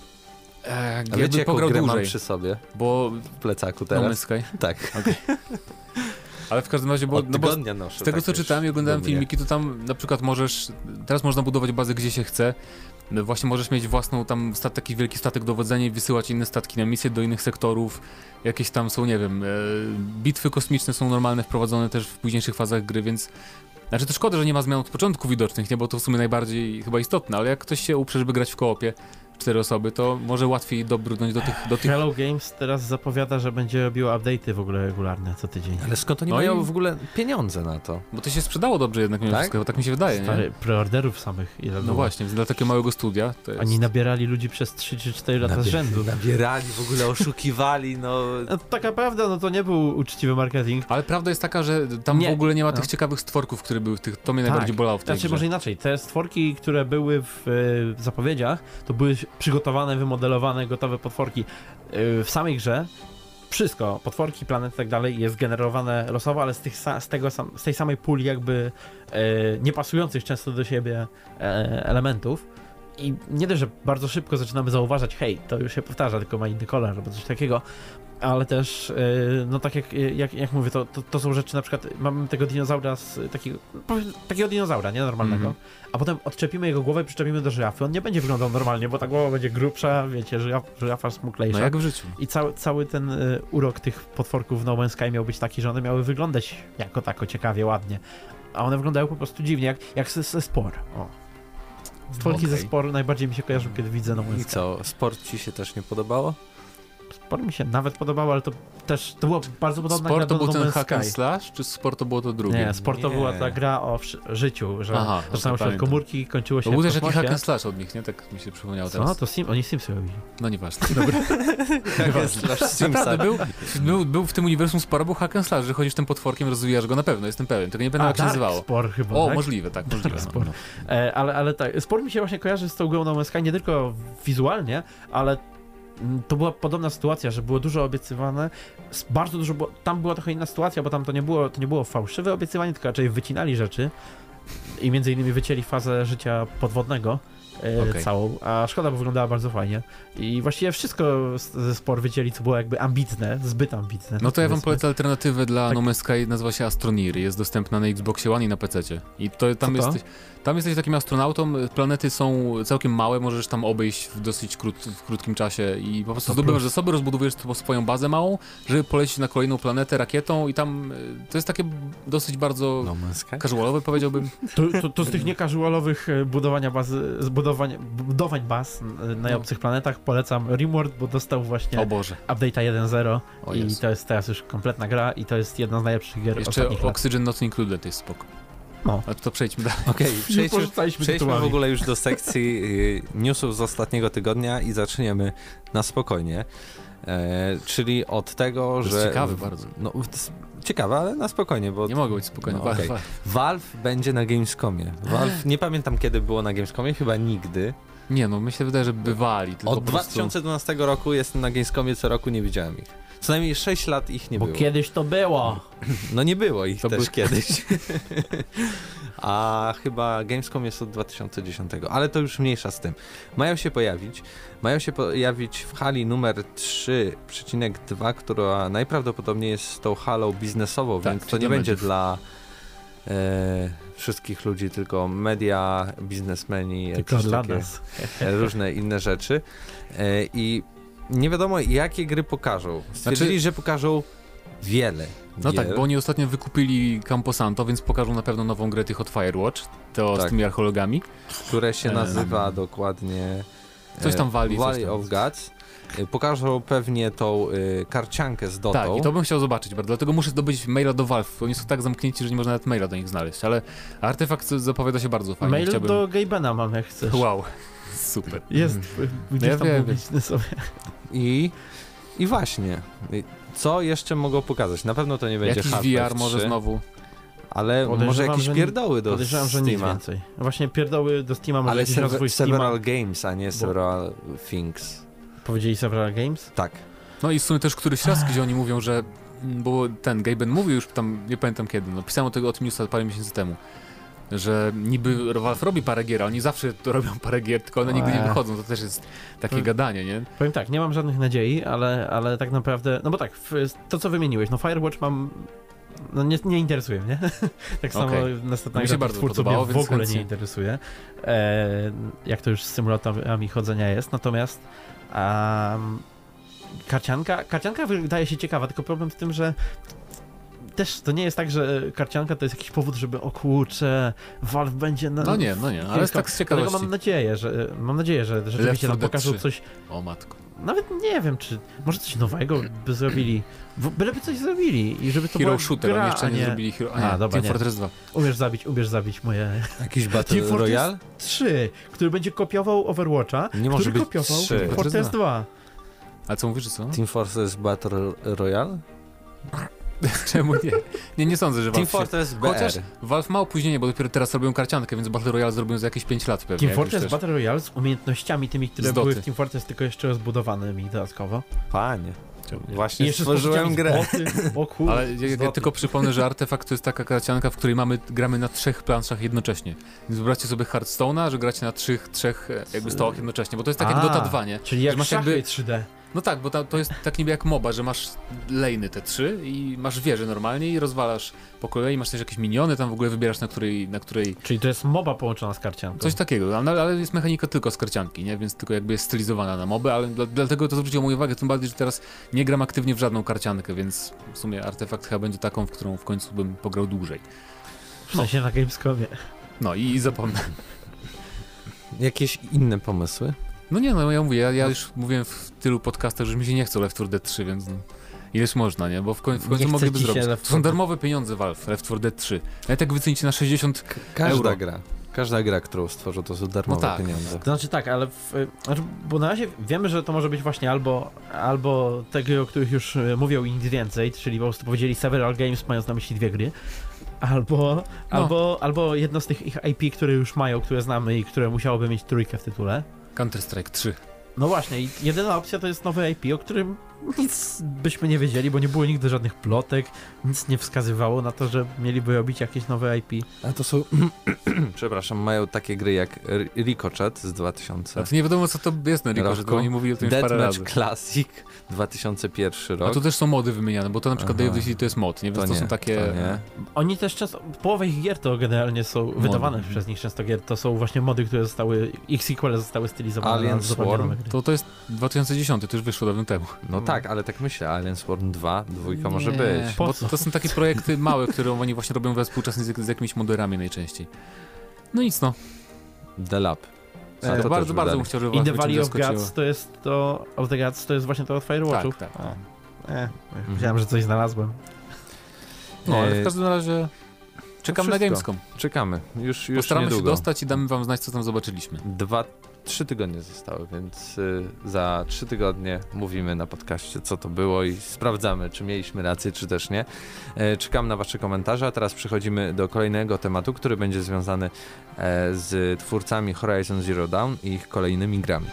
wiecie, jaką pograł grę dłużej, mam przy sobie? Bo w plecaku No teraz? Man's Sky? Tak. Okay. Ale w każdym razie, bo noszę, z tego co czytałem i oglądałem filmiki, to tam na przykład teraz można budować bazę gdzie się chce. No właśnie możesz mieć własną tam taki wielki statek dowodzenia i wysyłać inne statki na misje do innych sektorów. Jakieś tam są, nie wiem, bitwy kosmiczne są normalne, wprowadzone też w późniejszych fazach gry, więc... Znaczy to szkoda, że nie ma zmian od początku widocznych, nie? Bo to w sumie najbardziej chyba istotne, ale jak ktoś się uprze, żeby grać w koopie, 4 osoby, to może łatwiej dobrnąć do tych... Hello Games teraz zapowiada, że będzie robiło update'y w ogóle regularne co tydzień. Ale skąd oni mają w ogóle pieniądze na to? Bo to się sprzedało dobrze jednak mimo wszystko, tak mi się wydaje, Stary, nie? preorderów samych. No właśnie, dla takiego małego studia to jest... Oni nabierali ludzi przez 3 czy 4 lata z rzędu. Nabierali, w ogóle oszukiwali, no... Taka prawda, no to nie był uczciwy marketing. Ale prawda jest taka, że tam w ogóle nie ma tych ciekawych stworków, które były w tych... To mnie najbardziej bolało w tej grze. Może inaczej, te stworki, które były w zapowiedziach, to były przygotowane, wymodelowane, gotowe potworki. W samej grze wszystko, potworki, planety i tak dalej jest generowane losowo, ale z tej samej puli jakby niepasujących często do siebie elementów. I nie dość, że bardzo szybko zaczynamy zauważać, hej, to już się powtarza, tylko ma inny kolor albo coś takiego, ale też, no tak jak mówię, to są rzeczy, na przykład mamy tego dinozaura, takiego dinozaura, nie normalnego, a potem odczepimy jego głowę i przyczepimy do żyrafy. On nie będzie wyglądał normalnie, bo ta głowa będzie grubsza, wiecie, żyrafa smuklejsza. No jak w życiu. I cały ten urok tych potworków w No Man's Sky miał być taki, że one miały wyglądać jako tako ciekawie, ładnie, a one wyglądają po prostu dziwnie, jak ze Spore. Stworki ze Spore najbardziej mi się kojarzą, kiedy widzę No Man's Sky. I co, Sport ci się też nie podobało? Sport mi się nawet podobało, ale to była bardzo podobna gra gra do to był No ten Man's hack and Sky. slash, czy Sport to było to drugie? Nie, Sport to była ta gra o życiu, że zaczynało się od komórki, kończyło się w kosmosie. Był też jakiś hack and slash od nich, nie? Tak mi się przypomniało teraz. To oni Simsy robili. No nieważne. Dobra. Naprawdę, był w tym uniwersum Spora, był hack and slash, że chodzisz tym potworkiem, rozwijasz go, na pewno, jestem pewien. Tylko nie pamiętam jak się nazywało. Spor chyba, O, tak? możliwe, tak, możliwe. Spor. Ale tak, Sport mi się właśnie kojarzy z tą grą No Man's Sky, nie tylko wizualnie, ale to była podobna sytuacja, że było dużo obiecywane, bardzo dużo było, tam była trochę inna sytuacja, bo tam to nie było fałszywe obiecywanie, tylko raczej wycinali rzeczy i między innymi wycięli fazę życia podwodnego całą, a szkoda, bo wyglądała bardzo fajnie i właściwie wszystko ze Spor wycięli, co było jakby ambitne, zbyt ambitne. No to ja wam polecę alternatywę dla No Man's Sky, nazywa się Astroneer, jest dostępna na Xboxie One i na PC-cie. I tam jesteś takim astronautą, planety są całkiem małe, możesz tam obejść w krótkim czasie i po prostu zdobywasz zasoby, rozbudowujesz swoją bazę małą, żeby polecieć na kolejną planetę rakietą i tam to jest takie dosyć bardzo casualowe, powiedziałbym. To z tych niecasualowych budowań baz na obcych planetach polecam Rimworld, bo dostał właśnie update'a 1.0 i to jest teraz już kompletna gra i to jest jedna z najlepszych gier ostatnich lat. Oxygen Not Included jest spoko. No. A to przejdźmy dalej. Okej, przejdźmy w ogóle już do sekcji newsów z ostatniego tygodnia i zaczniemy na spokojnie. Czyli od tego, to że... jest ciekawe bardzo. No, ciekawe, ale na spokojnie, bo... Nie mogę być spokojny. No, okay. Valve będzie na Gamescomie. Valve, nie pamiętam kiedy było na Gamescomie, chyba nigdy. Nie no, mi się wydaje, że bywali. Tylko od 2012 roku jestem na Gamescomie, co roku nie widziałem ich. Co najmniej 6 lat ich nie było. Bo kiedyś to było. No nie było ich też kiedyś. A chyba Gamescom jest od 2010, ale to już mniejsza z tym. Mają się pojawić w hali numer 3,2, która najprawdopodobniej jest tą halą biznesową, tak, więc to nie będzie dla wszystkich ludzi, tylko media, biznesmeni, tylko dla nas. Różne inne rzeczy. I nie wiadomo, jakie gry pokażą. Stwierdzili, że pokażą wiele No gier. tak, bo oni ostatnio wykupili Camposanto, więc pokażą na pewno nową grę tych od Firewatch, to Tak. z tymi archeologami. które się nazywa dokładnie Coś tam Valley, coś Valley tam. of Gods. Pokażą pewnie tą karciankę z Dotą. Tak, i to bym chciał zobaczyć bardzo, dlatego muszę zdobyć maila do Valve. Oni są tak zamknięci, że nie można nawet maila do nich znaleźć, ale Artefakt zapowiada się bardzo fajnie. Mail do Gabena mam, jak chcesz. Wow, super. Jest gdzieś Ja tam wiem. publiczny sobie. I właśnie, co jeszcze mogą pokazać? Na pewno to nie będzie Jakiś Half-Life VR może 3, znowu. ale może Podejrzewam, jakieś że pierdoły do Podejrzewam, że nic Steama. więcej. Właśnie pierdoły do Steama, może Ale jakiś rozwój Steama. several games, a nie several things. Powiedzieli Several Games? Tak. No i w sumie też któryś raz, gdzie oni mówią, że bo ten Gaben mówił już tam, nie pamiętam kiedy, no pisałem o tym newsa parę miesięcy temu, że niby Valve robi parę gier, a oni zawsze to robią parę gier, tylko one nigdy nie wychodzą, to też jest takie gadanie, nie? Powiem tak, nie mam żadnych nadziei, ale tak naprawdę, no bo tak, to co wymieniłeś, no Firewatch mam, no nie interesuje mnie, tak samo następna Mi się gra bardzo twórców podobało, mnie w więc ogóle chętnie. nie interesuje, jak to już z symulatorami chodzenia jest, natomiast karcianka wydaje się ciekawa, tylko problem w tym, że też to nie jest tak, że karcianka to jest jakiś powód, żeby o kurczę, Valve będzie na... No nie, ale tak z ciekawości. Dlatego mam nadzieję, że rzeczywiście tam 4 Dead pokażą 3. coś. O matko. Nawet nie wiem, czy może coś nowego by zrobili. Byleby coś zrobili i żeby to Hero była Shooter, gra, oni jeszcze a nie zrobili Hero... A, dobra, Team nie. Fortress 2. Umiesz zabić moje... Jakiś Battle Team Fortress Royale? 3, który będzie kopiował Overwatcha, Nie może który być kopiował 3. Fortress 2. A co mówisz, że co? Team Fortress Battle Royale? Czemu nie? Nie sądzę, że Team Valve się... Fortress BR. Chociaż Valve ma opóźnienie, bo dopiero teraz robią karciankę, więc Battle Royale zrobią za jakieś 5 lat pewnie. Team jak Fortress już też. Battle Royale z umiejętnościami tymi, które Z Doty. były w Team Fortress, tylko jeszcze rozbudowanymi dodatkowo. Panie, Czemu nie? I właśnie jeszcze z stworzyłem poczuciami grę. z boty. O kurde, Ale ja tylko przypomnę, że Artefakt to jest taka karcianka, w której gramy na 3 planszach jednocześnie. Więc wyobraźcie sobie Hearthstone'a, że gracie na trzech jakby stołach jednocześnie, bo to jest tak jak Dota 2, nie? Czyli jak masz szachy jakby- 3D. No tak, bo to jest tak niby jak MOBA, że masz lejny te 3 i masz wieże normalnie i rozwalasz po kolei, masz też jakieś miniony, tam w ogóle wybierasz na której... Czyli to jest MOBA połączona z karcianką. Coś takiego, ale jest mechanika tylko z karcianki, nie? Więc tylko jakby jest stylizowana na moby, ale dlatego to zwróciło moją uwagę, tym bardziej, że teraz nie gram aktywnie w żadną karciankę, więc w sumie Artefakt chyba będzie taką, w którą w końcu bym pograł dłużej. W sensie na Gamescomie. No i zapomnę. Jakieś inne pomysły? No nie, no ja mówię, ja już mówiłem w tylu podcastach, że mi się nie chce Left 4 Dead 3, więc no, ileż można, nie? Bo w końcu chce mogliby ci się zrobić. Left To są 4 darmowe pieniądze Valve, Left 4 Dead 3. A tak wycenicie na 60 euro. Każda gra, którą stworzą, to są darmowe No tak. pieniądze. To znaczy tak, ale bo na razie wiemy, że to może być właśnie albo te gry, o których już mówią i nic więcej, czyli po prostu powiedzieli Several Games, mając na myśli 2 gry, albo jedno z tych ich IP, które już mają, które znamy i które musiałoby mieć trójkę w tytule. Counter-Strike 3. No właśnie, i jedyna opcja to jest nowe IP, o którym nic byśmy nie wiedzieli, bo nie było nigdy żadnych plotek, nic nie wskazywało na to, że mieliby robić jakieś nowe IP. A to są, przepraszam, mają takie gry jak Ricochet z 2000. A to nie wiadomo co to jest na Ricochet, Roku. bo oni mówili o tym już parę Deathmatch razy. Classic 2001 rok. A tu też są mody wymieniane, bo to na przykład Aha. Day of the City to jest mod, nie? Więc to są takie... To nie. Oni też często, połowa ich gier to generalnie są wydawane przez nich często gier, to są właśnie mody, które zostały, ich sequele zostały stylizowane Alien na zupełnie Swarm. nowe gry. To jest 2010, to już wyszło dawno temu. No tak, ale tak myślę, Alien Swarm 2, dwójka może Nie, być. Po Bo co? to są takie projekty małe, które oni właśnie robią współcześnie z jakimiś moderami najczęściej. No nic no. The Lab. A to też Bardzo wydali. bym chciał, żeby In was the czymś Valley of zaskoczyło. Gods to jest to, of the Gods to jest właśnie to od Firewatchów. Tak, tak. Myślałem, że coś znalazłem. No ale w każdym razie czekam na wszystko. Gamescom. Czekamy, już Postaramy niedługo. się dostać i damy wam znać, co tam zobaczyliśmy. 3 tygodnie zostały, więc za 3 tygodnie mówimy na podcaście, co to było i sprawdzamy, czy mieliśmy rację, czy też nie. Czekam na wasze komentarze, a teraz przechodzimy do kolejnego tematu, który będzie związany z twórcami Horizon Zero Dawn i ich kolejnymi grami.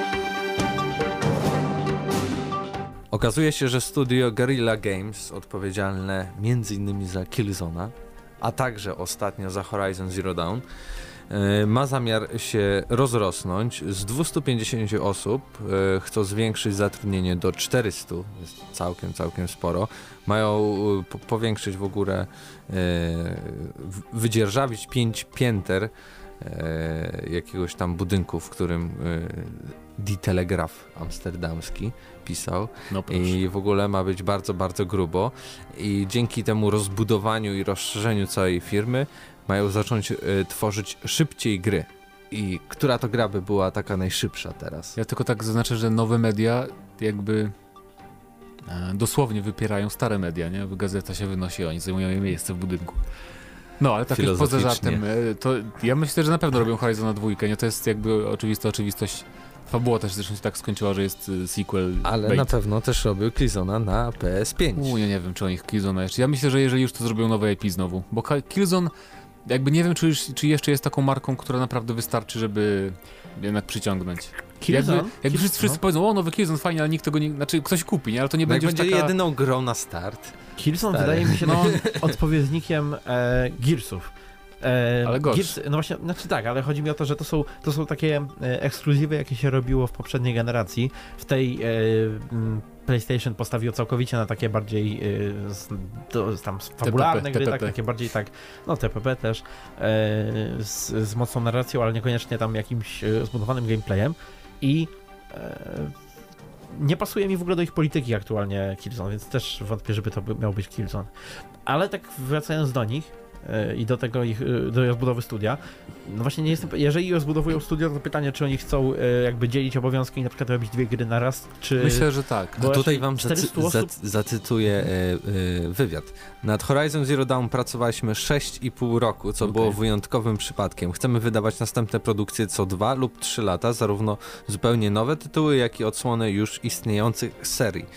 Okazuje się, że studio Guerrilla Games, odpowiedzialne m.in. za Killzone'a, a także ostatnio za Horizon Zero Dawn, ma zamiar się rozrosnąć z 250 osób, chcą zwiększyć zatrudnienie do 400, jest całkiem sporo. Mają powiększyć w ogóle, wydzierżawić 5 pięter jakiegoś tam budynku, w którym Die Telegraph amsterdamski pisał No proszę. i w ogóle ma być bardzo, bardzo grubo i dzięki temu rozbudowaniu i rozszerzeniu całej firmy mają zacząć tworzyć szybciej gry. I która to gra by była taka najszybsza teraz? Ja tylko tak zaznaczę, że nowe media jakby dosłownie wypierają stare media, nie? Gazeta się wynosi, oni zajmują jej miejsce w budynku. No, ale tak już poza żartem, to ja myślę, że na pewno robią Horizona 2, nie? To jest jakby oczywistość. Fabuła też zresztą się tak skończyła, że jest sequel. Ale bait. Na pewno też robił Killzona na PS5. Ja nie wiem, czy oni Killzona jeszcze. Ja myślę, że jeżeli już to zrobią nowe IP znowu, bo Killzone jakby nie wiem, czy jeszcze jest taką marką, która naprawdę wystarczy, żeby jednak przyciągnąć. Killzone? Jakby wszyscy powiedzą, nowy Killzone, fajnie, ale nikt tego nie... Znaczy, ktoś kupi, nie? Ale to nie będzie już taka... jedyną grą na start. Killzone wydaje mi się odpowiednikiem Gearsów. Ale gorszy. No właśnie, znaczy tak, ale chodzi mi o to, że to są takie ekskluzywy, jakie się robiło w poprzedniej generacji. W tej PlayStation postawiło całkowicie na takie bardziej tam fabularne gry, tak, takie bardziej tak, no TPP też, z mocną narracją, ale niekoniecznie tam jakimś zbudowanym gameplayem i nie pasuje mi w ogóle do ich polityki aktualnie Killzone, więc też wątpię, żeby to miał być Killzone. Ale tak wracając do nich i do tego do rozbudowy studia, no właśnie nie jestem, jeżeli rozbudowują studio, to pytanie, czy oni chcą jakby dzielić obowiązki i na przykład robić 2 gry na raz, czy... Myślę, że tak. A tutaj wam zacytuję wywiad. Nad Horizon Zero Dawn pracowaliśmy 6,5 roku, co było wyjątkowym przypadkiem. Chcemy wydawać następne produkcje co 2 lub 3 lata, zarówno zupełnie nowe tytuły, jak i odsłony już istniejących serii.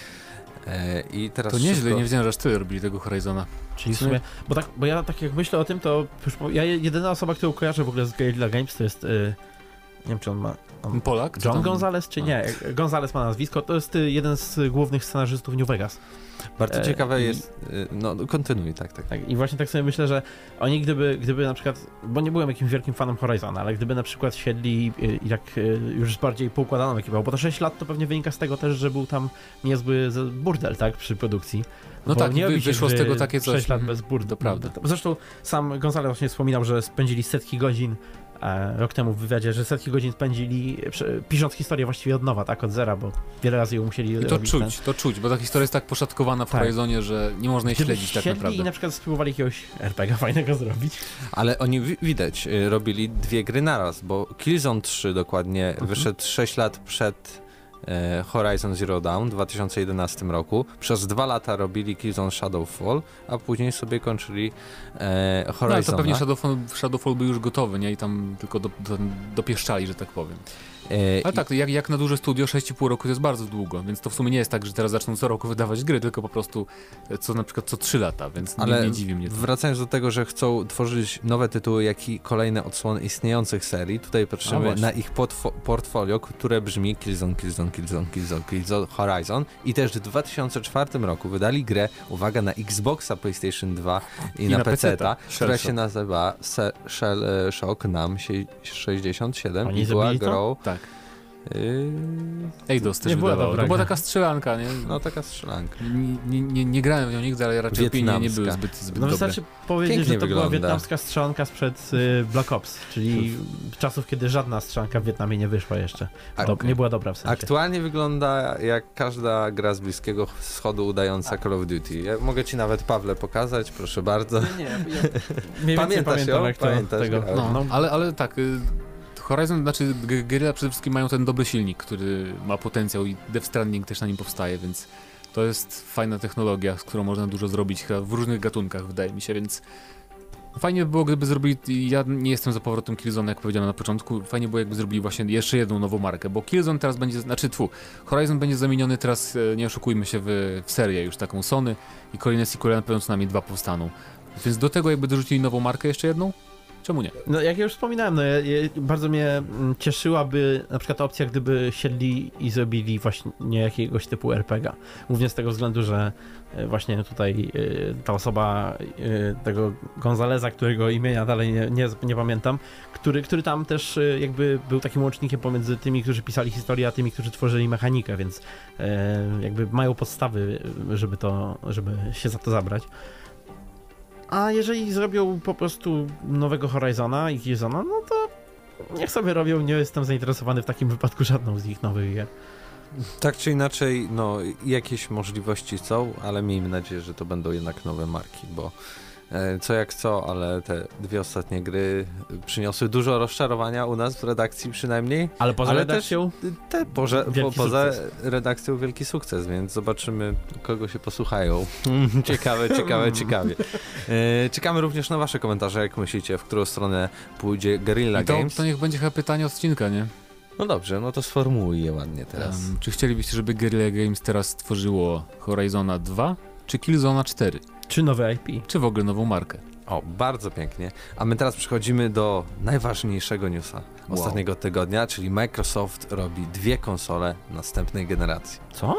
I teraz to nieźle, nie wiedziałem, że aż tyle robili tego Horizona. Czyli w sumie, bo ja tak jak myślę o tym, to ja jedyna osoba, którą kojarzę w ogóle z Guerrilla Games, to jest nie wiem, czy on ma... Polak? John Gonzalez, czy nie? Gonzalez ma nazwisko, to jest jeden z głównych scenarzystów New Vegas. Bardzo ciekawe jest... No, kontynuuj, tak. I właśnie tak sobie myślę, że oni gdyby na przykład, bo nie byłem jakimś wielkim fanem Horizona, ale gdyby na przykład siedli i tak już bardziej poukładaną ekipą, bo to 6 lat to pewnie wynika z tego też, że był tam niezły burdel, tak, przy produkcji. No bo tak, wyszło z tego takie coś. 6 lat bez burdelu. To prawda. Zresztą sam Gonzalez właśnie wspominał, że spędzili setki godzin rok temu w wywiadzie, że setki godzin spędzili pisząc historię właściwie od nowa, tak, od zera, bo wiele razy ją musieli robić. To czuć, bo ta historia jest tak poszatkowana w Horizonie, że nie można jej śledzić tak naprawdę. I na przykład spróbowali jakiegoś RPG fajnego zrobić. Ale oni widać, robili 2 gry naraz, bo Killzone 3 dokładnie wyszedł 6 lat przed Horizon Zero Dawn w 2011 roku. Przez 2 lata robili Killzone Shadowfall, a później sobie kończyli Horizon. No, to pewnie Shadowfall był już gotowy, nie? I tam tylko dopieszczali, że tak powiem. Ale tak, jak na duże studio 6,5 roku to jest bardzo długo, więc to w sumie nie jest tak, że teraz zaczną co roku wydawać gry, tylko po prostu na przykład co 3 lata, więc nie dziwi mnie to. Wracając do tego, że chcą tworzyć nowe tytuły, jak i kolejne odsłony istniejących serii, tutaj patrzymy na ich portfolio, które brzmi Killzone Horizon i też w 2004 roku wydali grę, uwaga, na Xboxa, PlayStation 2 i na PC-ta, która się nazywa Shell Shock Nam 67 i była grą... Tak. Eidos też wydawało. To była taka strzelanka, nie? No, taka strzelanka. Nie grałem w nią nigdy, ale raczej opinie nie były zbyt no dobre. Wystarczy powiedzieć, pięknie że to wygląda. była wietnamska strzelanka sprzed Black Ops, czyli czasów, kiedy żadna strzelanka w Wietnamie nie wyszła jeszcze. Nie była dobra w sensie. Aktualnie wygląda jak każda gra z Bliskiego Wschodu udająca Call of Duty. Ja mogę ci nawet, Pawle, pokazać, proszę bardzo. Nie, pamiętasz ją? Tego. Ale tak... Horizon, znaczy Guerrilla przede wszystkim mają ten dobry silnik, który ma potencjał i Death Stranding też na nim powstaje, więc to jest fajna technologia, z którą można dużo zrobić chyba w różnych gatunkach, wydaje mi się, więc fajnie by było, gdyby zrobili, ja nie jestem za powrotem Killzone, jak powiedziałem na początku, fajnie było, jakby zrobili właśnie jeszcze jedną nową markę, bo Killzone teraz będzie, Horizon będzie zamieniony teraz, nie oszukujmy się, w serię już taką Sony i kolejne sequele na pewno co najmniej 2 powstaną, więc do tego jakby dorzucili nową markę jeszcze jedną, czemu nie? No jak ja już wspominałem, bardzo mnie cieszyłaby na przykład opcja, gdyby siedli i zrobili właśnie jakiegoś typu RPG. Głównie z tego względu, że właśnie tutaj ta osoba tego Gonzaleza, którego imienia dalej nie pamiętam, który tam też jakby był takim łącznikiem pomiędzy tymi, którzy pisali historię, a tymi, którzy tworzyli mechanikę, więc jakby mają podstawy, żeby się za to zabrać. A jeżeli zrobią po prostu nowego Horizona i Killzona, no to niech sobie robią, nie jestem zainteresowany w takim wypadku żadną z ich nowych gier. Tak czy inaczej, no jakieś możliwości są, ale miejmy nadzieję, że to będą jednak nowe marki, bo co jak co, ale te dwie ostatnie gry przyniosły dużo rozczarowania u nas w redakcji przynajmniej. Ale poza redakcją? Też poza redakcją wielki sukces, więc zobaczymy, kogo się posłuchają. Ciekawe. Czekamy również na wasze komentarze, jak myślicie, w którą stronę pójdzie Guerrilla Games. To niech będzie chyba pytanie odcinka, nie? No dobrze, no to sformułuj je ładnie teraz. Czy chcielibyście, żeby Guerrilla Games teraz stworzyło Horizona 2 czy Killzona 4? Czy nowe IP? Czy w ogóle nową markę? O, bardzo pięknie. A my teraz przechodzimy do najważniejszego newsa ostatniego tygodnia, czyli Microsoft robi 2 konsole następnej generacji. Co?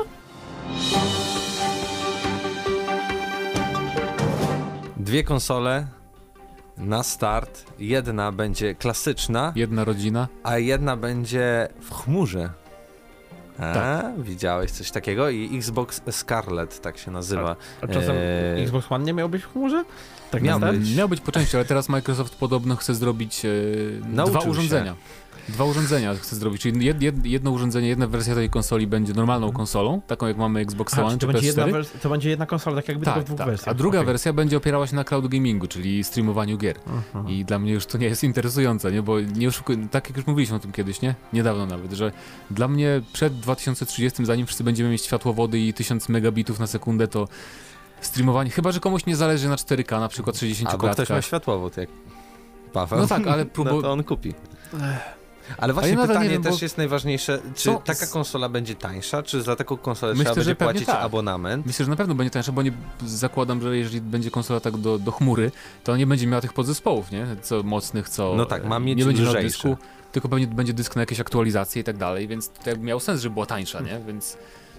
Dwie konsole na start. Jedna będzie klasyczna, Jedna rodzina? a jedna będzie w chmurze. Tak. Widziałeś coś takiego? I Xbox Scarlet tak się nazywa. A czasem Xbox One nie miał być w chmurze? Tak Miał na start? być. Miał być po części, ale teraz Microsoft podobno chce zrobić Nauczył dwa urządzenia. Dwa urządzenia chce zrobić, czyli jedno urządzenie, jedna wersja tej konsoli będzie normalną konsolą, taką jak mamy Xbox One czy PS4. To będzie jedna konsola, tak jakby tylko w dwóch wersjach. A druga wersja będzie opierała się na cloud gamingu, czyli streamowaniu gier. I dla mnie już to nie jest interesujące, nie? Bo nie oszukuję, tak jak już mówiliśmy o tym kiedyś, nie? Niedawno nawet, że dla mnie przed 2030, zanim wszyscy będziemy mieć światłowody i 1000 megabitów na sekundę, to streamowanie, chyba że komuś nie zależy na 4K, na przykład 60 Albo klatkach. ktoś ma światłowód, jak Paweł. No tak, ale no to on kupi. Ale właśnie ja pytanie nie wiem, też jest najważniejsze, czy taka konsola będzie tańsza, czy za taką konsolę trzeba będzie płacić abonament? Myślę, że na pewno będzie tańsza, bo nie zakładam, że jeżeli będzie konsola tak do chmury, to nie będzie miała tych podzespołów, nie? Co mocnych, co... No tak, ma mieć nie będzie lżejsze. dysku, tylko pewnie będzie dysk na jakieś aktualizacje i tak dalej, więc to jakby miał sens, żeby była tańsza, nie? Więc...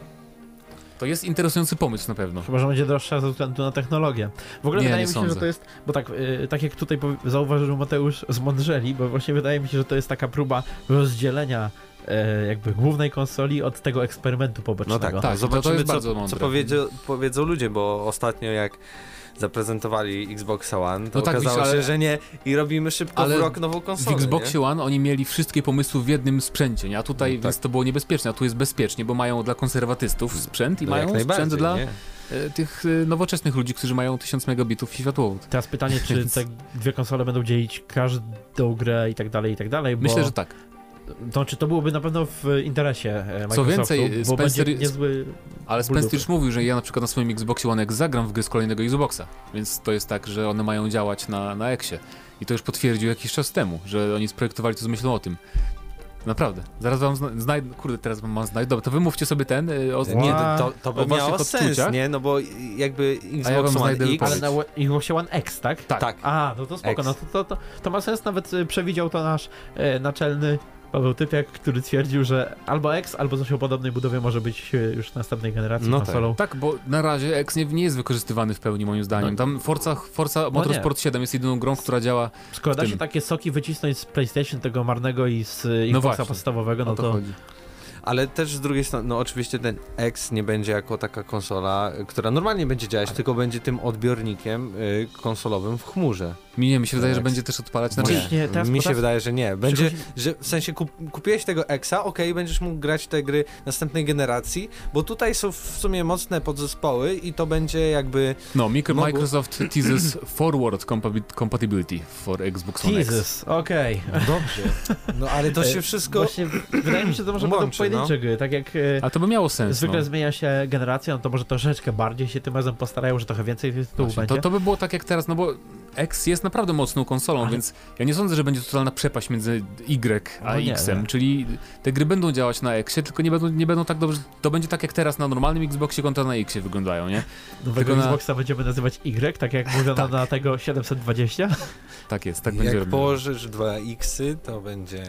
To jest interesujący pomysł na pewno. Chyba że będzie droższa ze względu na technologię. W ogóle wydaje mi się, że to jest, bo tak jak tutaj zauważył Mateusz z Mądrzeli, bo właśnie wydaje mi się, że to jest taka próba rozdzielenia jakby głównej konsoli od tego eksperymentu pobocznego. No tak, zobaczymy to co powiedzą ludzie, bo ostatnio jak zaprezentowali Xboxa One, to no tak, okazało się, że nie i robimy szybko w rok nową konsolę. W Xboxie One oni mieli wszystkie pomysły w jednym sprzęcie, nie? A tutaj więc to było niebezpieczne, a tu jest bezpiecznie, bo mają dla konserwatystów sprzęt i mają sprzęt dla tych nowoczesnych ludzi, którzy mają 1000 megabitów i światłowód. Teraz pytanie, czy te dwie konsole będą dzielić każdą grę i tak dalej, bo... Myślę, że tak. To czy to byłoby na pewno w interesie Microsoftu, co więcej, bo Spencer, będzie niezły... Ale Spencer już mówił, że ja na przykład na swoim Xboxie One X zagram w grę z kolejnego Xboxa, więc to jest tak, że one mają działać na Xie. I to już potwierdził jakiś czas temu, że oni sprojektowali to z myślą o tym. Naprawdę. Zaraz wam znajdę, kurde, teraz wam znajdę. Dobra, to wymówcie sobie nie, to by miało sens, nie? No bo jakby Xbox One X... Ale na Xboxie One X, tak? Tak. A, no to spoko, no to ma sens, nawet przewidział to nasz naczelny Paweł Typiak, który twierdził, że albo X, albo coś o podobnej budowie może być już następnej generacji konsolą. Tak, bo na razie X nie jest wykorzystywany w pełni moim zdaniem. Tam Forza Motorsport 7 jest jedyną grą, która działa. Skoro da się takie soki wycisnąć z PlayStation tego marnego i z Xboxa podstawowego, no to... Ale też z drugiej strony, no oczywiście ten X nie będzie jako taka konsola, która normalnie będzie działać, tylko będzie tym odbiornikiem konsolowym w chmurze. Mi się wydaje, że będzie też odpalać na Mi się wydaje, że nie. Będzie, że w sensie kupiłeś tego Xa, będziesz mógł grać te gry następnej generacji, bo tutaj są w sumie mocne podzespoły i to będzie jakby... No, Microsoft teases forward compatibility for Xbox One X. Jesus, okej. Dobrze. No ale to się wszystko... Właśnie wydaje mi się, że to może będą pojedyncze gry, tak jak... A to by miało sens. Zwykle zmienia się generacja, no to może troszeczkę bardziej się tym razem postarają, że trochę więcej tytułów będzie. To by było tak jak teraz, no bo X jest naprawdę mocną konsolą, więc ja nie sądzę, że będzie totalna przepaść między Y a X-em, czyli te gry będą działać na X-ie, tylko nie będą tak dobrze, to będzie tak jak teraz na normalnym Xboxie kontra na X-ie wyglądają, nie? Nowego Xboxa będziemy nazywać Y, tak jak mówiono na tego 720? Tak jest, tak będzie robione. Jak położysz 2 X-y, to będzie...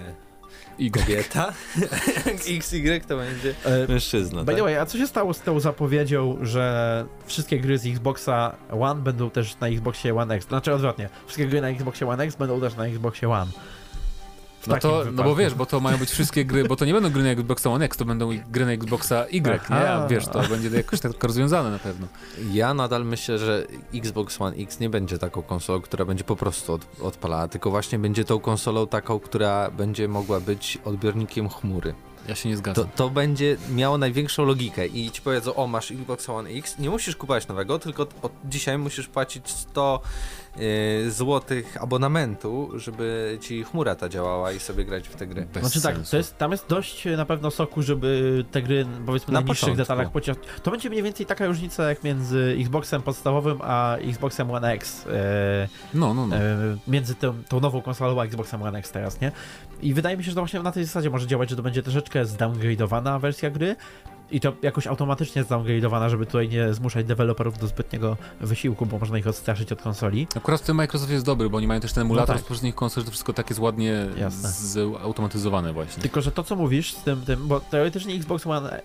kobieta, XY to będzie mężczyzna. By the way, a co się stało z tą zapowiedzią, że wszystkie gry z Xboxa One będą też na Xboxie One X? Znaczy odwrotnie, wszystkie gry na Xboxie One X będą też na Xboxie One. No bo wiesz, bo to mają być wszystkie gry, bo to nie będą gry na Xboxa One X, to będą gry na Xboxa Y, nie? A wiesz, to będzie jakoś tak rozwiązane na pewno. Ja nadal myślę, że Xbox One X nie będzie taką konsolą, która będzie po prostu odpalała, tylko właśnie będzie tą konsolą taką, która będzie mogła być odbiornikiem chmury. Ja się nie zgadzam. To będzie miało największą logikę i ci powiedzą, o masz Xbox One X, nie musisz kupować nowego, tylko od dzisiaj musisz płacić 100 złotych abonamentu, żeby ci chmura ta działała i sobie grać w te gry. Bez znaczy tak, sensu. tam jest dość na pewno soku, żeby te gry, powiedzmy, na niższych początku. detalach to będzie mniej więcej taka różnica jak między Xboxem podstawowym a Xboxem One X. Między tą nową konsolą a Xboxem One X teraz, nie? I wydaje mi się, że to właśnie na tej zasadzie może działać, że to będzie troszeczkę zdowngrade'owana wersja gry i to jakoś automatycznie zdowngrade'owana, żeby tutaj nie zmuszać deweloperów do zbytniego wysiłku, bo można ich odstraszyć od konsoli. Akurat w tym Microsoft jest dobry, bo oni mają też ten emulator tak. z poprzednich konsol, że to wszystko tak jest ładnie zautomatyzowane właśnie. Tylko, że to co mówisz z tym bo teoretycznie Xbox One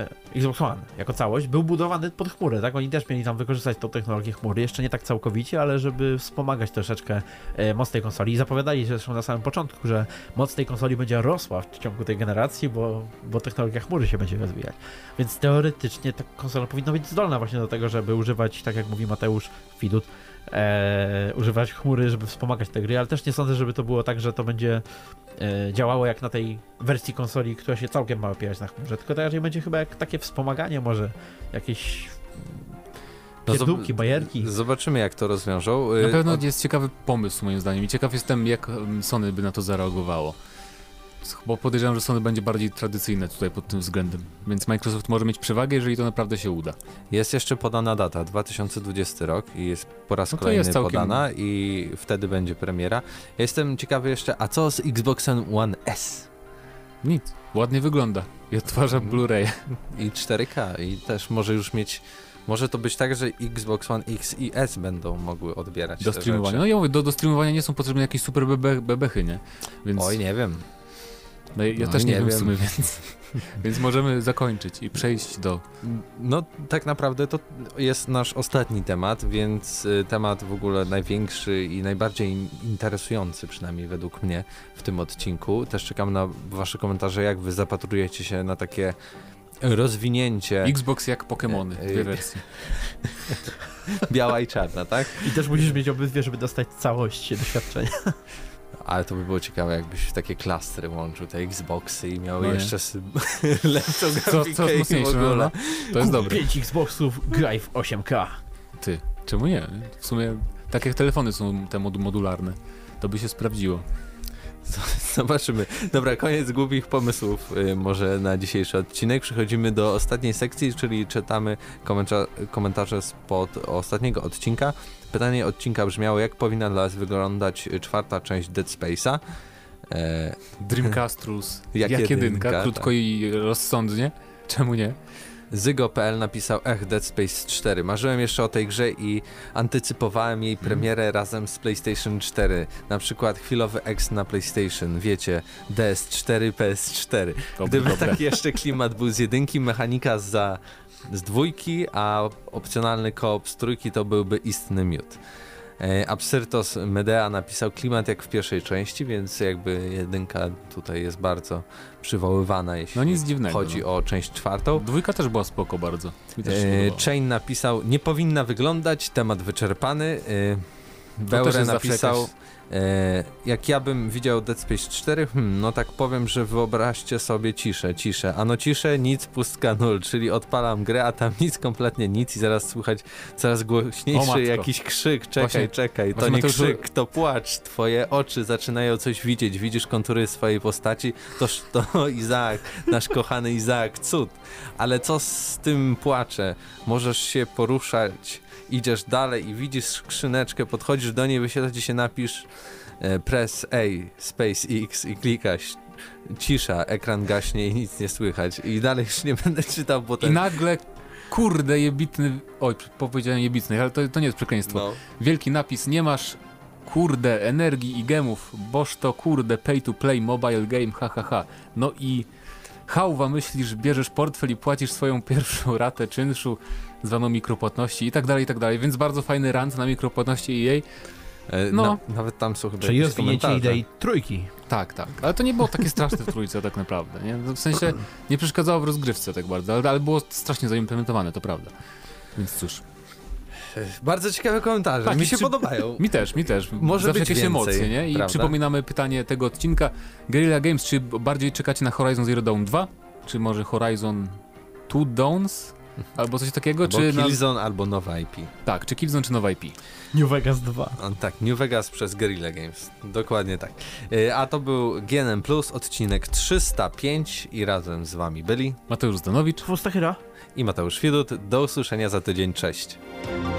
jako całość był budowany pod chmurę, tak? Oni też mieli tam wykorzystać tą technologię chmury, jeszcze nie tak całkowicie, ale żeby wspomagać troszeczkę moc tej konsoli i zapowiadali zresztą na samym początku, że moc tej konsoli będzie rosła w ciągu tej generacji, bo technologia chmury się będzie rozwijać. Więc teoretycznie ta konsola powinna być zdolna właśnie do tego, żeby używać, tak jak mówi Mateusz Widut, używać chmury, żeby wspomagać te gry, ale też nie sądzę, żeby to było tak, że to będzie działało jak na tej wersji konsoli, która się całkiem ma opierać na chmurze, tylko to raczej będzie chyba jak takie wspomaganie, może jakieś pierdółki, bajerki. Zobaczymy, jak to rozwiążą. Na pewno jest ciekawy pomysł moim zdaniem i ciekaw jestem, jak Sony by na to zareagowało. Bo podejrzewam, że Sony będzie bardziej tradycyjne tutaj pod tym względem, więc Microsoft może mieć przewagę, jeżeli to naprawdę się uda. Jest jeszcze podana data, 2020 rok i jest po raz kolejny jest całkiem... podana i wtedy będzie premiera. Ja jestem ciekawy jeszcze, a co z Xboxem One S? Nic, ładnie wygląda i odtwarza Blu-ray. I 4K i też może już mieć... Może to być tak, że Xbox One X i S będą mogły odbierać do te streamowania. rzeczy. No ja mówię, do streamowania nie są potrzebne jakieś super bebechy, nie? Więc... Oj, nie wiem. No, ja też nie wiem w sumie, więc możemy zakończyć i przejść do... No tak naprawdę to jest nasz ostatni temat, więc temat w ogóle największy i najbardziej interesujący, przynajmniej według mnie, w tym odcinku. Też czekam na wasze komentarze, jak wy zapatrujecie się na takie rozwinięcie... Xbox jak Pokemony, dwie wersje. Biała i czarna, tak? I też musisz mieć obydwie, żeby dostać całość doświadczenia. Ale to by było ciekawe, jakbyś w takie klastry łączył te Xboxy i miały No jeszcze lepszą grafikę co i w ogóle. no, to jest dobre. 5 Xboxów, graj w 8K. Ty, czemu nie? W sumie tak jak telefony są te modularne, to by się sprawdziło. Zobaczymy. Dobra, koniec głupich pomysłów może na dzisiejszy odcinek. Przechodzimy do ostatniej sekcji, czyli czytamy komentarze spod ostatniego odcinka. Pytanie odcinka brzmiało, jak powinna dla nas wyglądać czwarta część Dead Space'a? Dreamcastrus, jak jedynka, krótko tak. i rozsądnie. Czemu nie? Zygo.pl napisał, Dead Space 4. Marzyłem jeszcze o tej grze i antycypowałem jej premierę razem z PlayStation 4. Na przykład chwilowy X na PlayStation, wiecie, DS4, PS4. Gdyby taki jeszcze klimat był z jedynki, mechanika z dwójki, a opcjonalny koop z trójki, to byłby istny miód. Absyrtos Medea napisał klimat jak w pierwszej części, więc jakby jedynka tutaj jest bardzo przywoływana, jeśli nic dziwnego, chodzi o część czwartą. Dwójka też była spoko bardzo. Chain napisał, nie powinna wyglądać, temat wyczerpany. Beure napisał, jak ja bym widział Dead Space 4, no tak powiem, że wyobraźcie sobie ciszę. Ano ciszę, nic, pustka nul, czyli odpalam grę, a tam nic, kompletnie nic i zaraz słychać coraz głośniejszy jakiś krzyk, czekaj, to nie krzyk, to płacz, twoje oczy zaczynają coś widzieć, widzisz kontury swojej postaci, toż to Izaak, nasz kochany Izaak, cud, ale co z tym płacze, możesz się poruszać, idziesz dalej i widzisz skrzyneczkę, podchodzisz do niej, wyświetla ci się napisz press A, space X i klikasz. Cisza, ekran gaśnie i nic nie słychać. I dalej już nie będę czytał, bo I nagle, kurde, jebitny... Oj, powiedziałem jebitny, ale to nie jest przekleństwo. No. Wielki napis, nie masz, kurde, energii i gemów, boż to, kurde, pay to play, mobile game, ha. No i hałwa, myślisz, bierzesz portfel i płacisz swoją pierwszą ratę czynszu, zwaną mikropłatności i tak dalej, więc bardzo fajny rant na mikropłatności i jej. Nawet tam są chyba czyli jakieś rozwinięcie komentarze. idei trójki. Tak. Ale to nie było takie straszne w trójce tak naprawdę, nie? W sensie nie przeszkadzało w rozgrywce tak bardzo, ale było strasznie zaimplementowane, to prawda. Więc cóż. Bardzo ciekawe komentarze, Tak, mi się podobają. Mi też. Może zawsze być jakieś więcej, emocje, nie? I prawda? przypominamy pytanie tego odcinka. Guerrilla Games, czy bardziej czekacie na Horizon Zero Dawn 2? Czy może Horizon Two Dawns? Albo coś takiego? Albo czy Killzone, albo nowa IP. Tak, czy Killzone, czy nowa IP? New Vegas 2. Tak, New Vegas przez Guerrilla Games. Dokładnie tak. A to był GNM+, odcinek 305 i razem z wami byli Mateusz Zdanowicz. Fustachyra. i Mateusz Widut. Do usłyszenia za tydzień. Cześć.